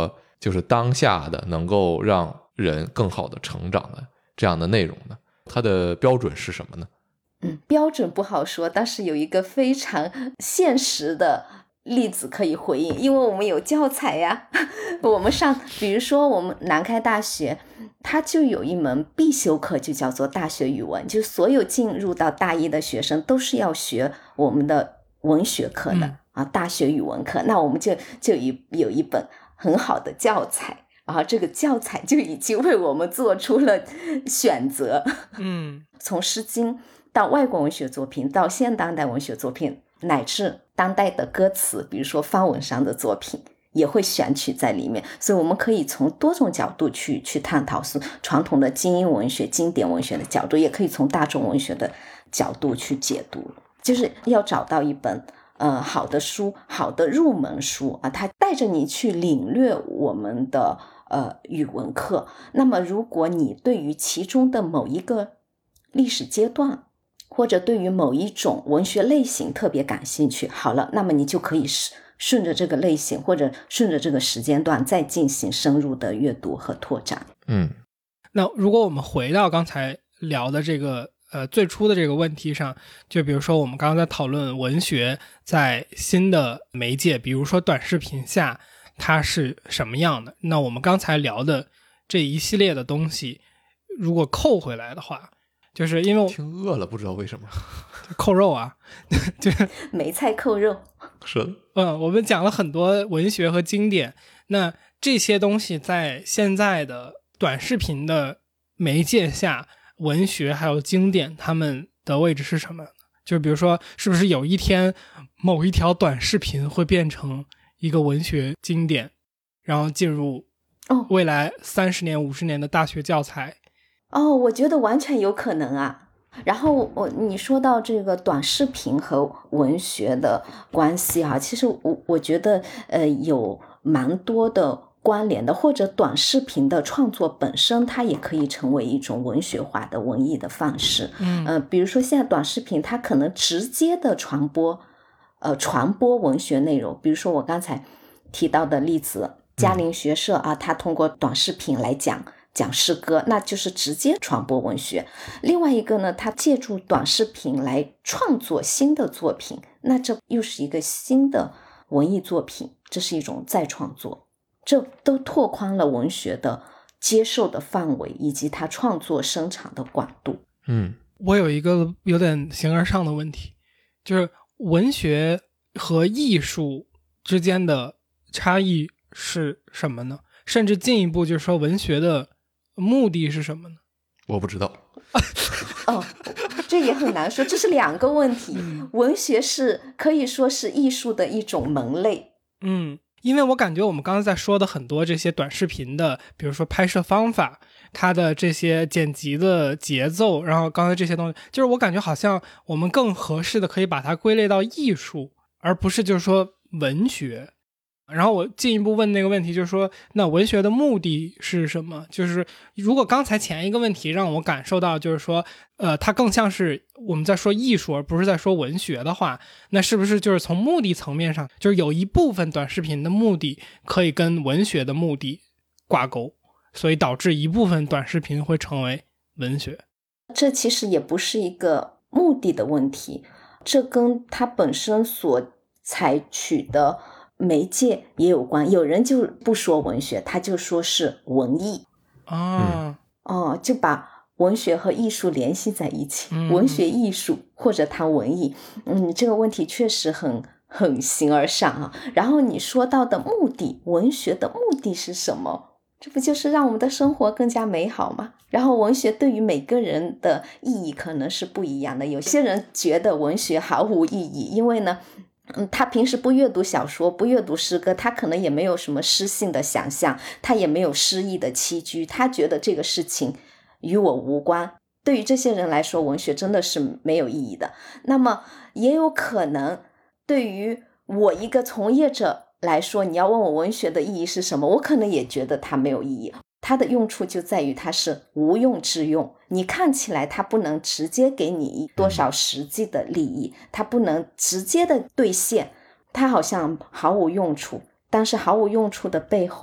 就是当下的能够让人更好的成长的这样的内容呢？它的标准是什么呢？ 嗯，标准不好说，但是有一个非常现实的例子可以回应，因为我们有教材呀。我们上，比如说我们南开大学，它就有一门必修课，就叫做大学语文，就所有进入到大一的学生都是要学我们的文学课的、嗯、啊，大学语文课。那我们就就有有一本很好的教材。然后这个教材就已经为我们做出了选择， 嗯， 从诗经到外国文学作品，到现当代文学作品，乃至当代的歌词，比如说方文山的作品也会选取在里面。所以我们可以从多种角度去去探讨，是传统的精英文学、经典文学的角度，也可以从大众文学的角度去解读，就是要找到一本呃，好的书，好的入门书啊，它带着你去领略我们的呃语文课。那么如果你对于其中的某一个历史阶段，或者对于某一种文学类型特别感兴趣，好了，那么你就可以顺着这个类型或者顺着这个时间段再进行深入的阅读和拓展。 嗯， 那如果我们回到刚才聊的这个呃，最初的这个问题上，就比如说我们刚刚在讨论文学在新的媒介，比如说短视频下它是什么样的，那我们刚才聊的这一系列的东西如果扣回来的话，就是因为我挺饿了，不知道为什么扣肉啊就是梅菜扣肉。 是的， 嗯，我们讲了很多文学和经典，那这些东西在现在的短视频的媒介下，文学还有经典他们的位置是什么？就是比如说是不是有一天某一条短视频会变成一个文学经典，然后进入未来三十年五十年的大学教材？ 哦，我觉得完全有可能啊。然后我你说到这个短视频和文学的关系啊，其实我我觉得呃有蛮多的关联的，或者短视频的创作本身它也可以成为一种文学化的文艺的范式。 嗯， 呃，比如说现在短视频它可能直接的传播呃传播文学内容，比如说我刚才提到的例子，嘉陵学社啊，它通过短视频来讲讲诗歌，那就是直接传播文学。另外一个呢，它借助短视频来创作新的作品，那这又是一个新的文艺作品，这是一种再创作。这都拓宽了文学的接受的范围以及它创作生产的广度。 嗯， 我有一个有点形而上的问题，就是文学和艺术之间的差异是什么呢？甚至进一步就是说文学的目的是什么呢？ 我不知道哦，这也很难说，这是两个问题。文学是可以说是艺术的一种门类。 嗯，因为我感觉我们刚才在说的很多这些短视频的，比如说拍摄方法，它的这些剪辑的节奏，然后刚才这些东西，就是我感觉好像我们更合适的可以把它归类到艺术，而不是就是说文学。然后我进一步问那个问题，就是说那文学的目的是什么？就是如果刚才前一个问题让我感受到就是说呃，它更像是我们在说艺术而不是在说文学的话，那是不是就是从目的层面上，就是有一部分短视频的目的可以跟文学的目的挂钩，所以导致一部分短视频会成为文学？ 这其实也不是一个目的的问题，这跟它本身所采取的媒介也有关。有人就不说文学，他就说是文艺啊、 哦，就把文学和艺术联系在一起， 嗯、 文学艺术或者谈文艺。嗯，这个问题确实很很形而上啊。然后你说到的目的，文学的目的是什么？这不就是让我们的生活更加美好吗？然后文学对于每个人的意义可能是不一样的。有些人觉得文学毫无意义，因为呢嗯，他平时不阅读小说，不阅读诗歌，他可能也没有什么诗性的想象，他也没有诗意的栖居，他觉得这个事情与我无关。对于这些人来说，文学真的是没有意义的。那么也有可能对于我一个从业者来说，你要问我文学的意义是什么，我可能也觉得它没有意义。它的用处就在于它是无用之用，你看起来它不能直接给你多少实际的利益，它不能直接的兑现，它好像毫无用处，但是毫无用处的背后，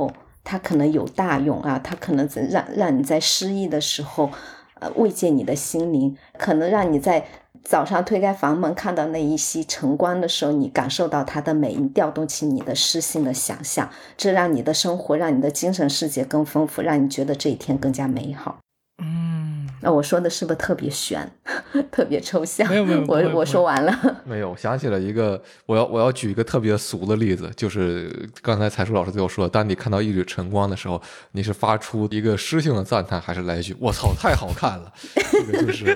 它可能有大用啊，它可能让让你在失意的时候呃，慰藉你的心灵，可能让你在早上推开房门看到那一袭晨光的时候，你感受到它的美，你调动起你的诗性的想象，这让你的生活，让你的精神世界更丰富，让你觉得这一天更加美好。 嗯， 那我说的是不是特别玄特别抽象？ 没有没有， 我我说完了。 没有，我想起了一个，我要我要举一个特别俗的例子，就是刚才才叔老师最后说，当你看到一缕晨光的时候，你是发出一个诗性的赞叹，还是来一句我操太好看了？这个就是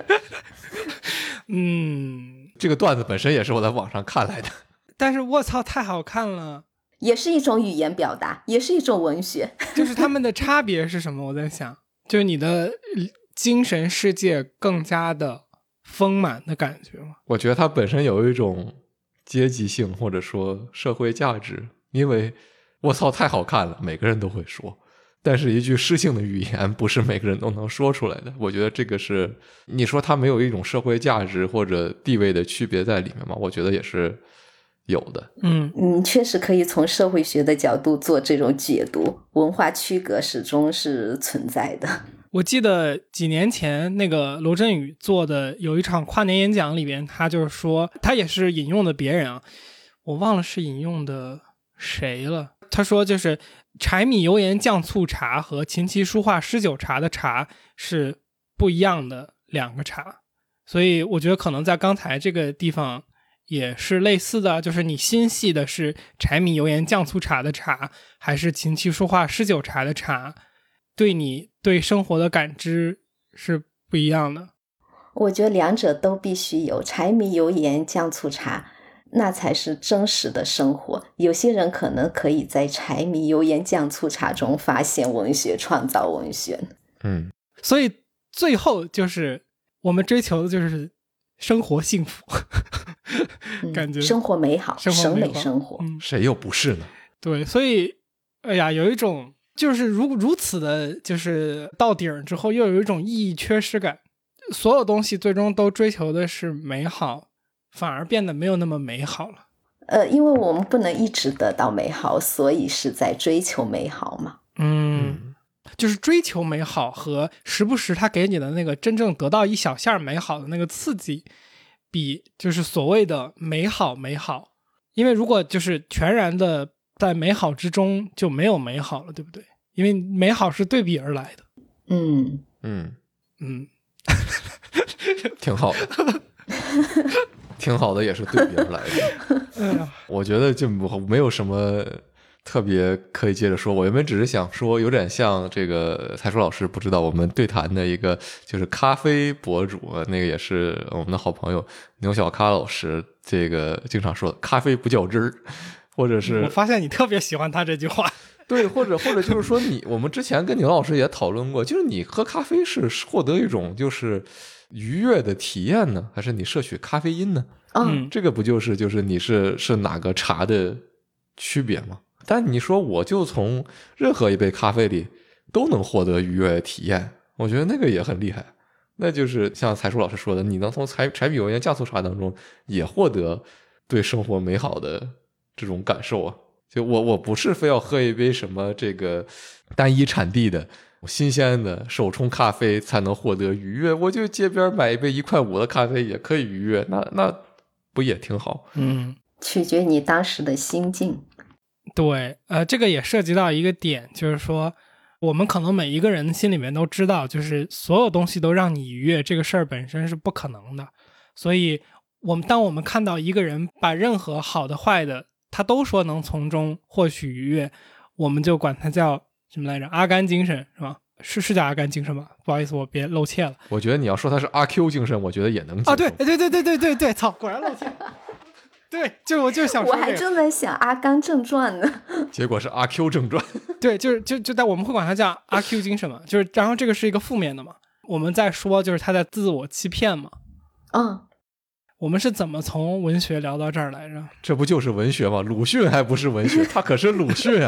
嗯， 这个段子本身也是我在网上看来的， 但是我操太好看了也是一种语言表达，也是一种文学。 就是他们的差别是什么？我在想，就是你的精神世界更加的丰满的感觉吗？ 我觉得它本身有一种阶级性或者说社会价值，因为我操太好看了每个人都会说，但是一句诗性的语言不是每个人都能说出来的。我觉得这个是你说它没有一种社会价值或者地位的区别在里面吗？我觉得也是有的。 嗯， 你确实可以从社会学的角度做这种解读，文化区隔始终是存在的。 我记得几年前那个罗振宇做的有一场跨年演讲里边，他就是说，他也是引用的别人啊，我忘了是引用的谁了。他说就是柴米油盐酱醋茶和琴棋书画诗酒茶的茶是不一样的两个茶，所以我觉得可能在刚才这个地方也是类似的，就是你心系的是柴米油盐酱醋茶的茶，还是琴棋书画诗酒茶的茶，对你对生活的感知是不一样的。 我觉得两者都必须有，柴米油盐酱醋茶那才是真实的生活。有些人可能可以在柴米油盐酱醋茶中发现文学，创造文学。 嗯， 所以最后就是我们追求的就是生活幸福感觉、 嗯、生活美好， 生活审美好美生活、 嗯、谁又不是呢？ 对，所以哎呀，有一种就是如如此的就是到顶之后又有一种意义缺失感，所有东西最终都追求的是美好，反而变得没有那么美好了。 呃，因为我们不能一直得到美好，所以是在追求美好嘛。 嗯，就是追求美好和时不时他给你的那个真正得到一小下美好的那个刺激，比就是所谓的美好美好，因为如果就是全然的在美好之中就没有美好了，对不对？因为美好是对比而来的。 嗯嗯嗯， 挺好的挺好的，也是对比而来的。 嗯， 我觉得就没有什么特别可以接着说。我原本只是想说有点像这个才叔老师不知道我们对谈的一个就是咖啡博主，那个也是我们的好朋友牛小咖老师，这个经常说咖啡不较真儿，或者是我发现你特别喜欢他这句话。 对，或者或者就是说你我们之前跟牛老师也讨论过，就是你喝咖啡是获得一种就是愉悦的体验呢，还是你摄取咖啡因呢？ 嗯， 这个不就是就是你是是哪个茶的区别吗？但你说我就从任何一杯咖啡里都能获得愉悦的体验，我觉得那个也很厉害。那就是像才叔老师说的，你能从柴柴米油盐酱醋茶当中也获得对生活美好的这种感受啊。就我我不是非要喝一杯什么这个单一产地的新鲜的手冲咖啡才能获得愉悦，我就街边买一杯一块五的咖啡也可以愉悦，那那不也挺好？ 嗯， 取决你当时的心境。 对，呃，这个也涉及到一个点，就是说我们可能每一个人心里面都知道，就是所有东西都让你愉悦这个事儿本身是不可能的，所以我们当我们看到一个人把任何好的坏的他都说能从中获取愉悦，我们就管他叫什么来着？阿甘精神是吧？是是叫阿甘精神吧？不好意思，我别露怯了。 我觉得你要说他是阿 Q 精神，我觉得也能接受。 啊，对对对对对对对，操，果然露怯。对，就我就想说、这个， 我还正在想《阿甘正传》呢， 结果是阿 Q 正传。 对，就是就就在我们会管它叫阿 Q 精神嘛，就是然后这个是一个负面的嘛，我们在说就是他在自我欺骗嘛。 嗯。 我们是怎么从文学聊到这儿来着？ 这不就是文学吗？鲁迅还不是文学，他可是鲁迅啊！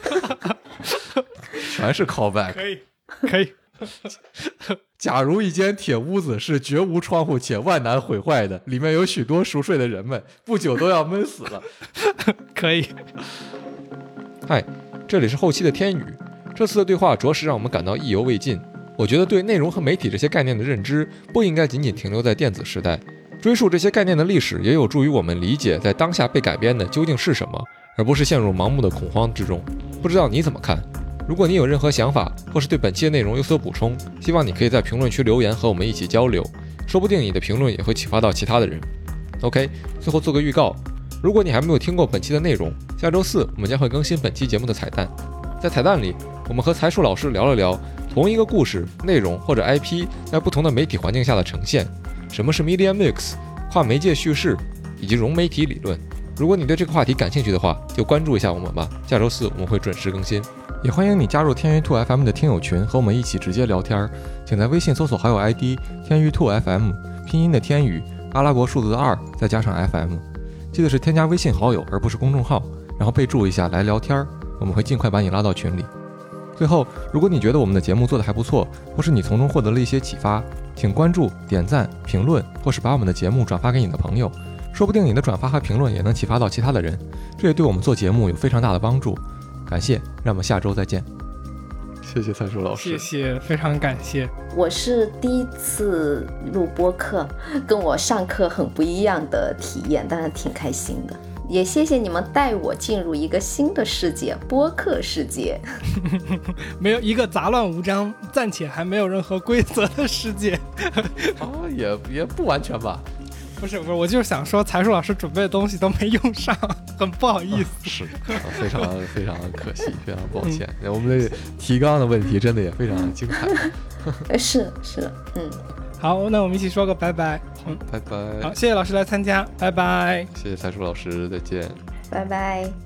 全是 callback。 可以，可以。 假如一间铁屋子是绝无窗户且万难毁坏的，里面有许多熟睡的人们，不久都要闷死了。 可以。 嗨，这里是后期的天宇。 这次的对话着实让我们感到意犹未尽。我觉得对内容和媒体这些概念的认知不应该仅仅停留在电子时代，追溯这些概念的历史也有助于我们理解在当下被改编的究竟是什么，而不是陷入盲目的恐慌之中。不知道你怎么看？如果你有任何想法，或是对本期的内容有所补充，希望你可以在评论区留言和我们一起交流，说不定你的评论也会启发到其他的人。 OK， 最后做个预告，如果你还没有听过本期的内容，下周四我们将会更新本期节目的彩蛋。在彩蛋里，我们和才树老师聊了聊同一个故事内容或者 I P 在不同的媒体环境下的呈现，什么是 Media Mix、 跨媒介叙事以及融媒体理论。如果你对这个话题感兴趣的话，就关注一下我们吧。下周四我们会准时更新，也欢迎你加入天娱兔 F M 的听友群，和我们一起直接聊天。请在微信搜索好友 I D 天娱兔 F M， 拼音的天娱，阿拉伯数字的二，再加上 F M， 记得是添加微信好友而不是公众号，然后备注一下来聊天，我们会尽快把你拉到群里。最后，如果你觉得我们的节目做得还不错，或是你从中获得了一些启发，请关注、点赞、评论，或是把我们的节目转发给你的朋友，说不定你的转发和评论也能启发到其他的人，这也对我们做节目有非常大的帮助。感谢，让我们下周再见。谢谢蔡叔老师。 谢谢，非常感谢。 我是第一次录播客，跟我上课很不一样的体验，当然挺开心的。也谢谢你们带我进入一个新的世界，播客世界。 没有一个杂乱无章，暂且还没有任何规则的世界。 啊，也也不完全吧。 不是不是，我就是想说，才树老师准备的东西都没用上，很不好意思。 啊、是，啊、非常非常可惜，非常抱歉。嗯、我们的提纲的问题真的也非常精彩。 是是，嗯。 好，那我们一起说个拜拜。 嗯，拜拜。 好，谢谢老师来参加，拜拜。 谢谢才树老师，再见。 拜拜。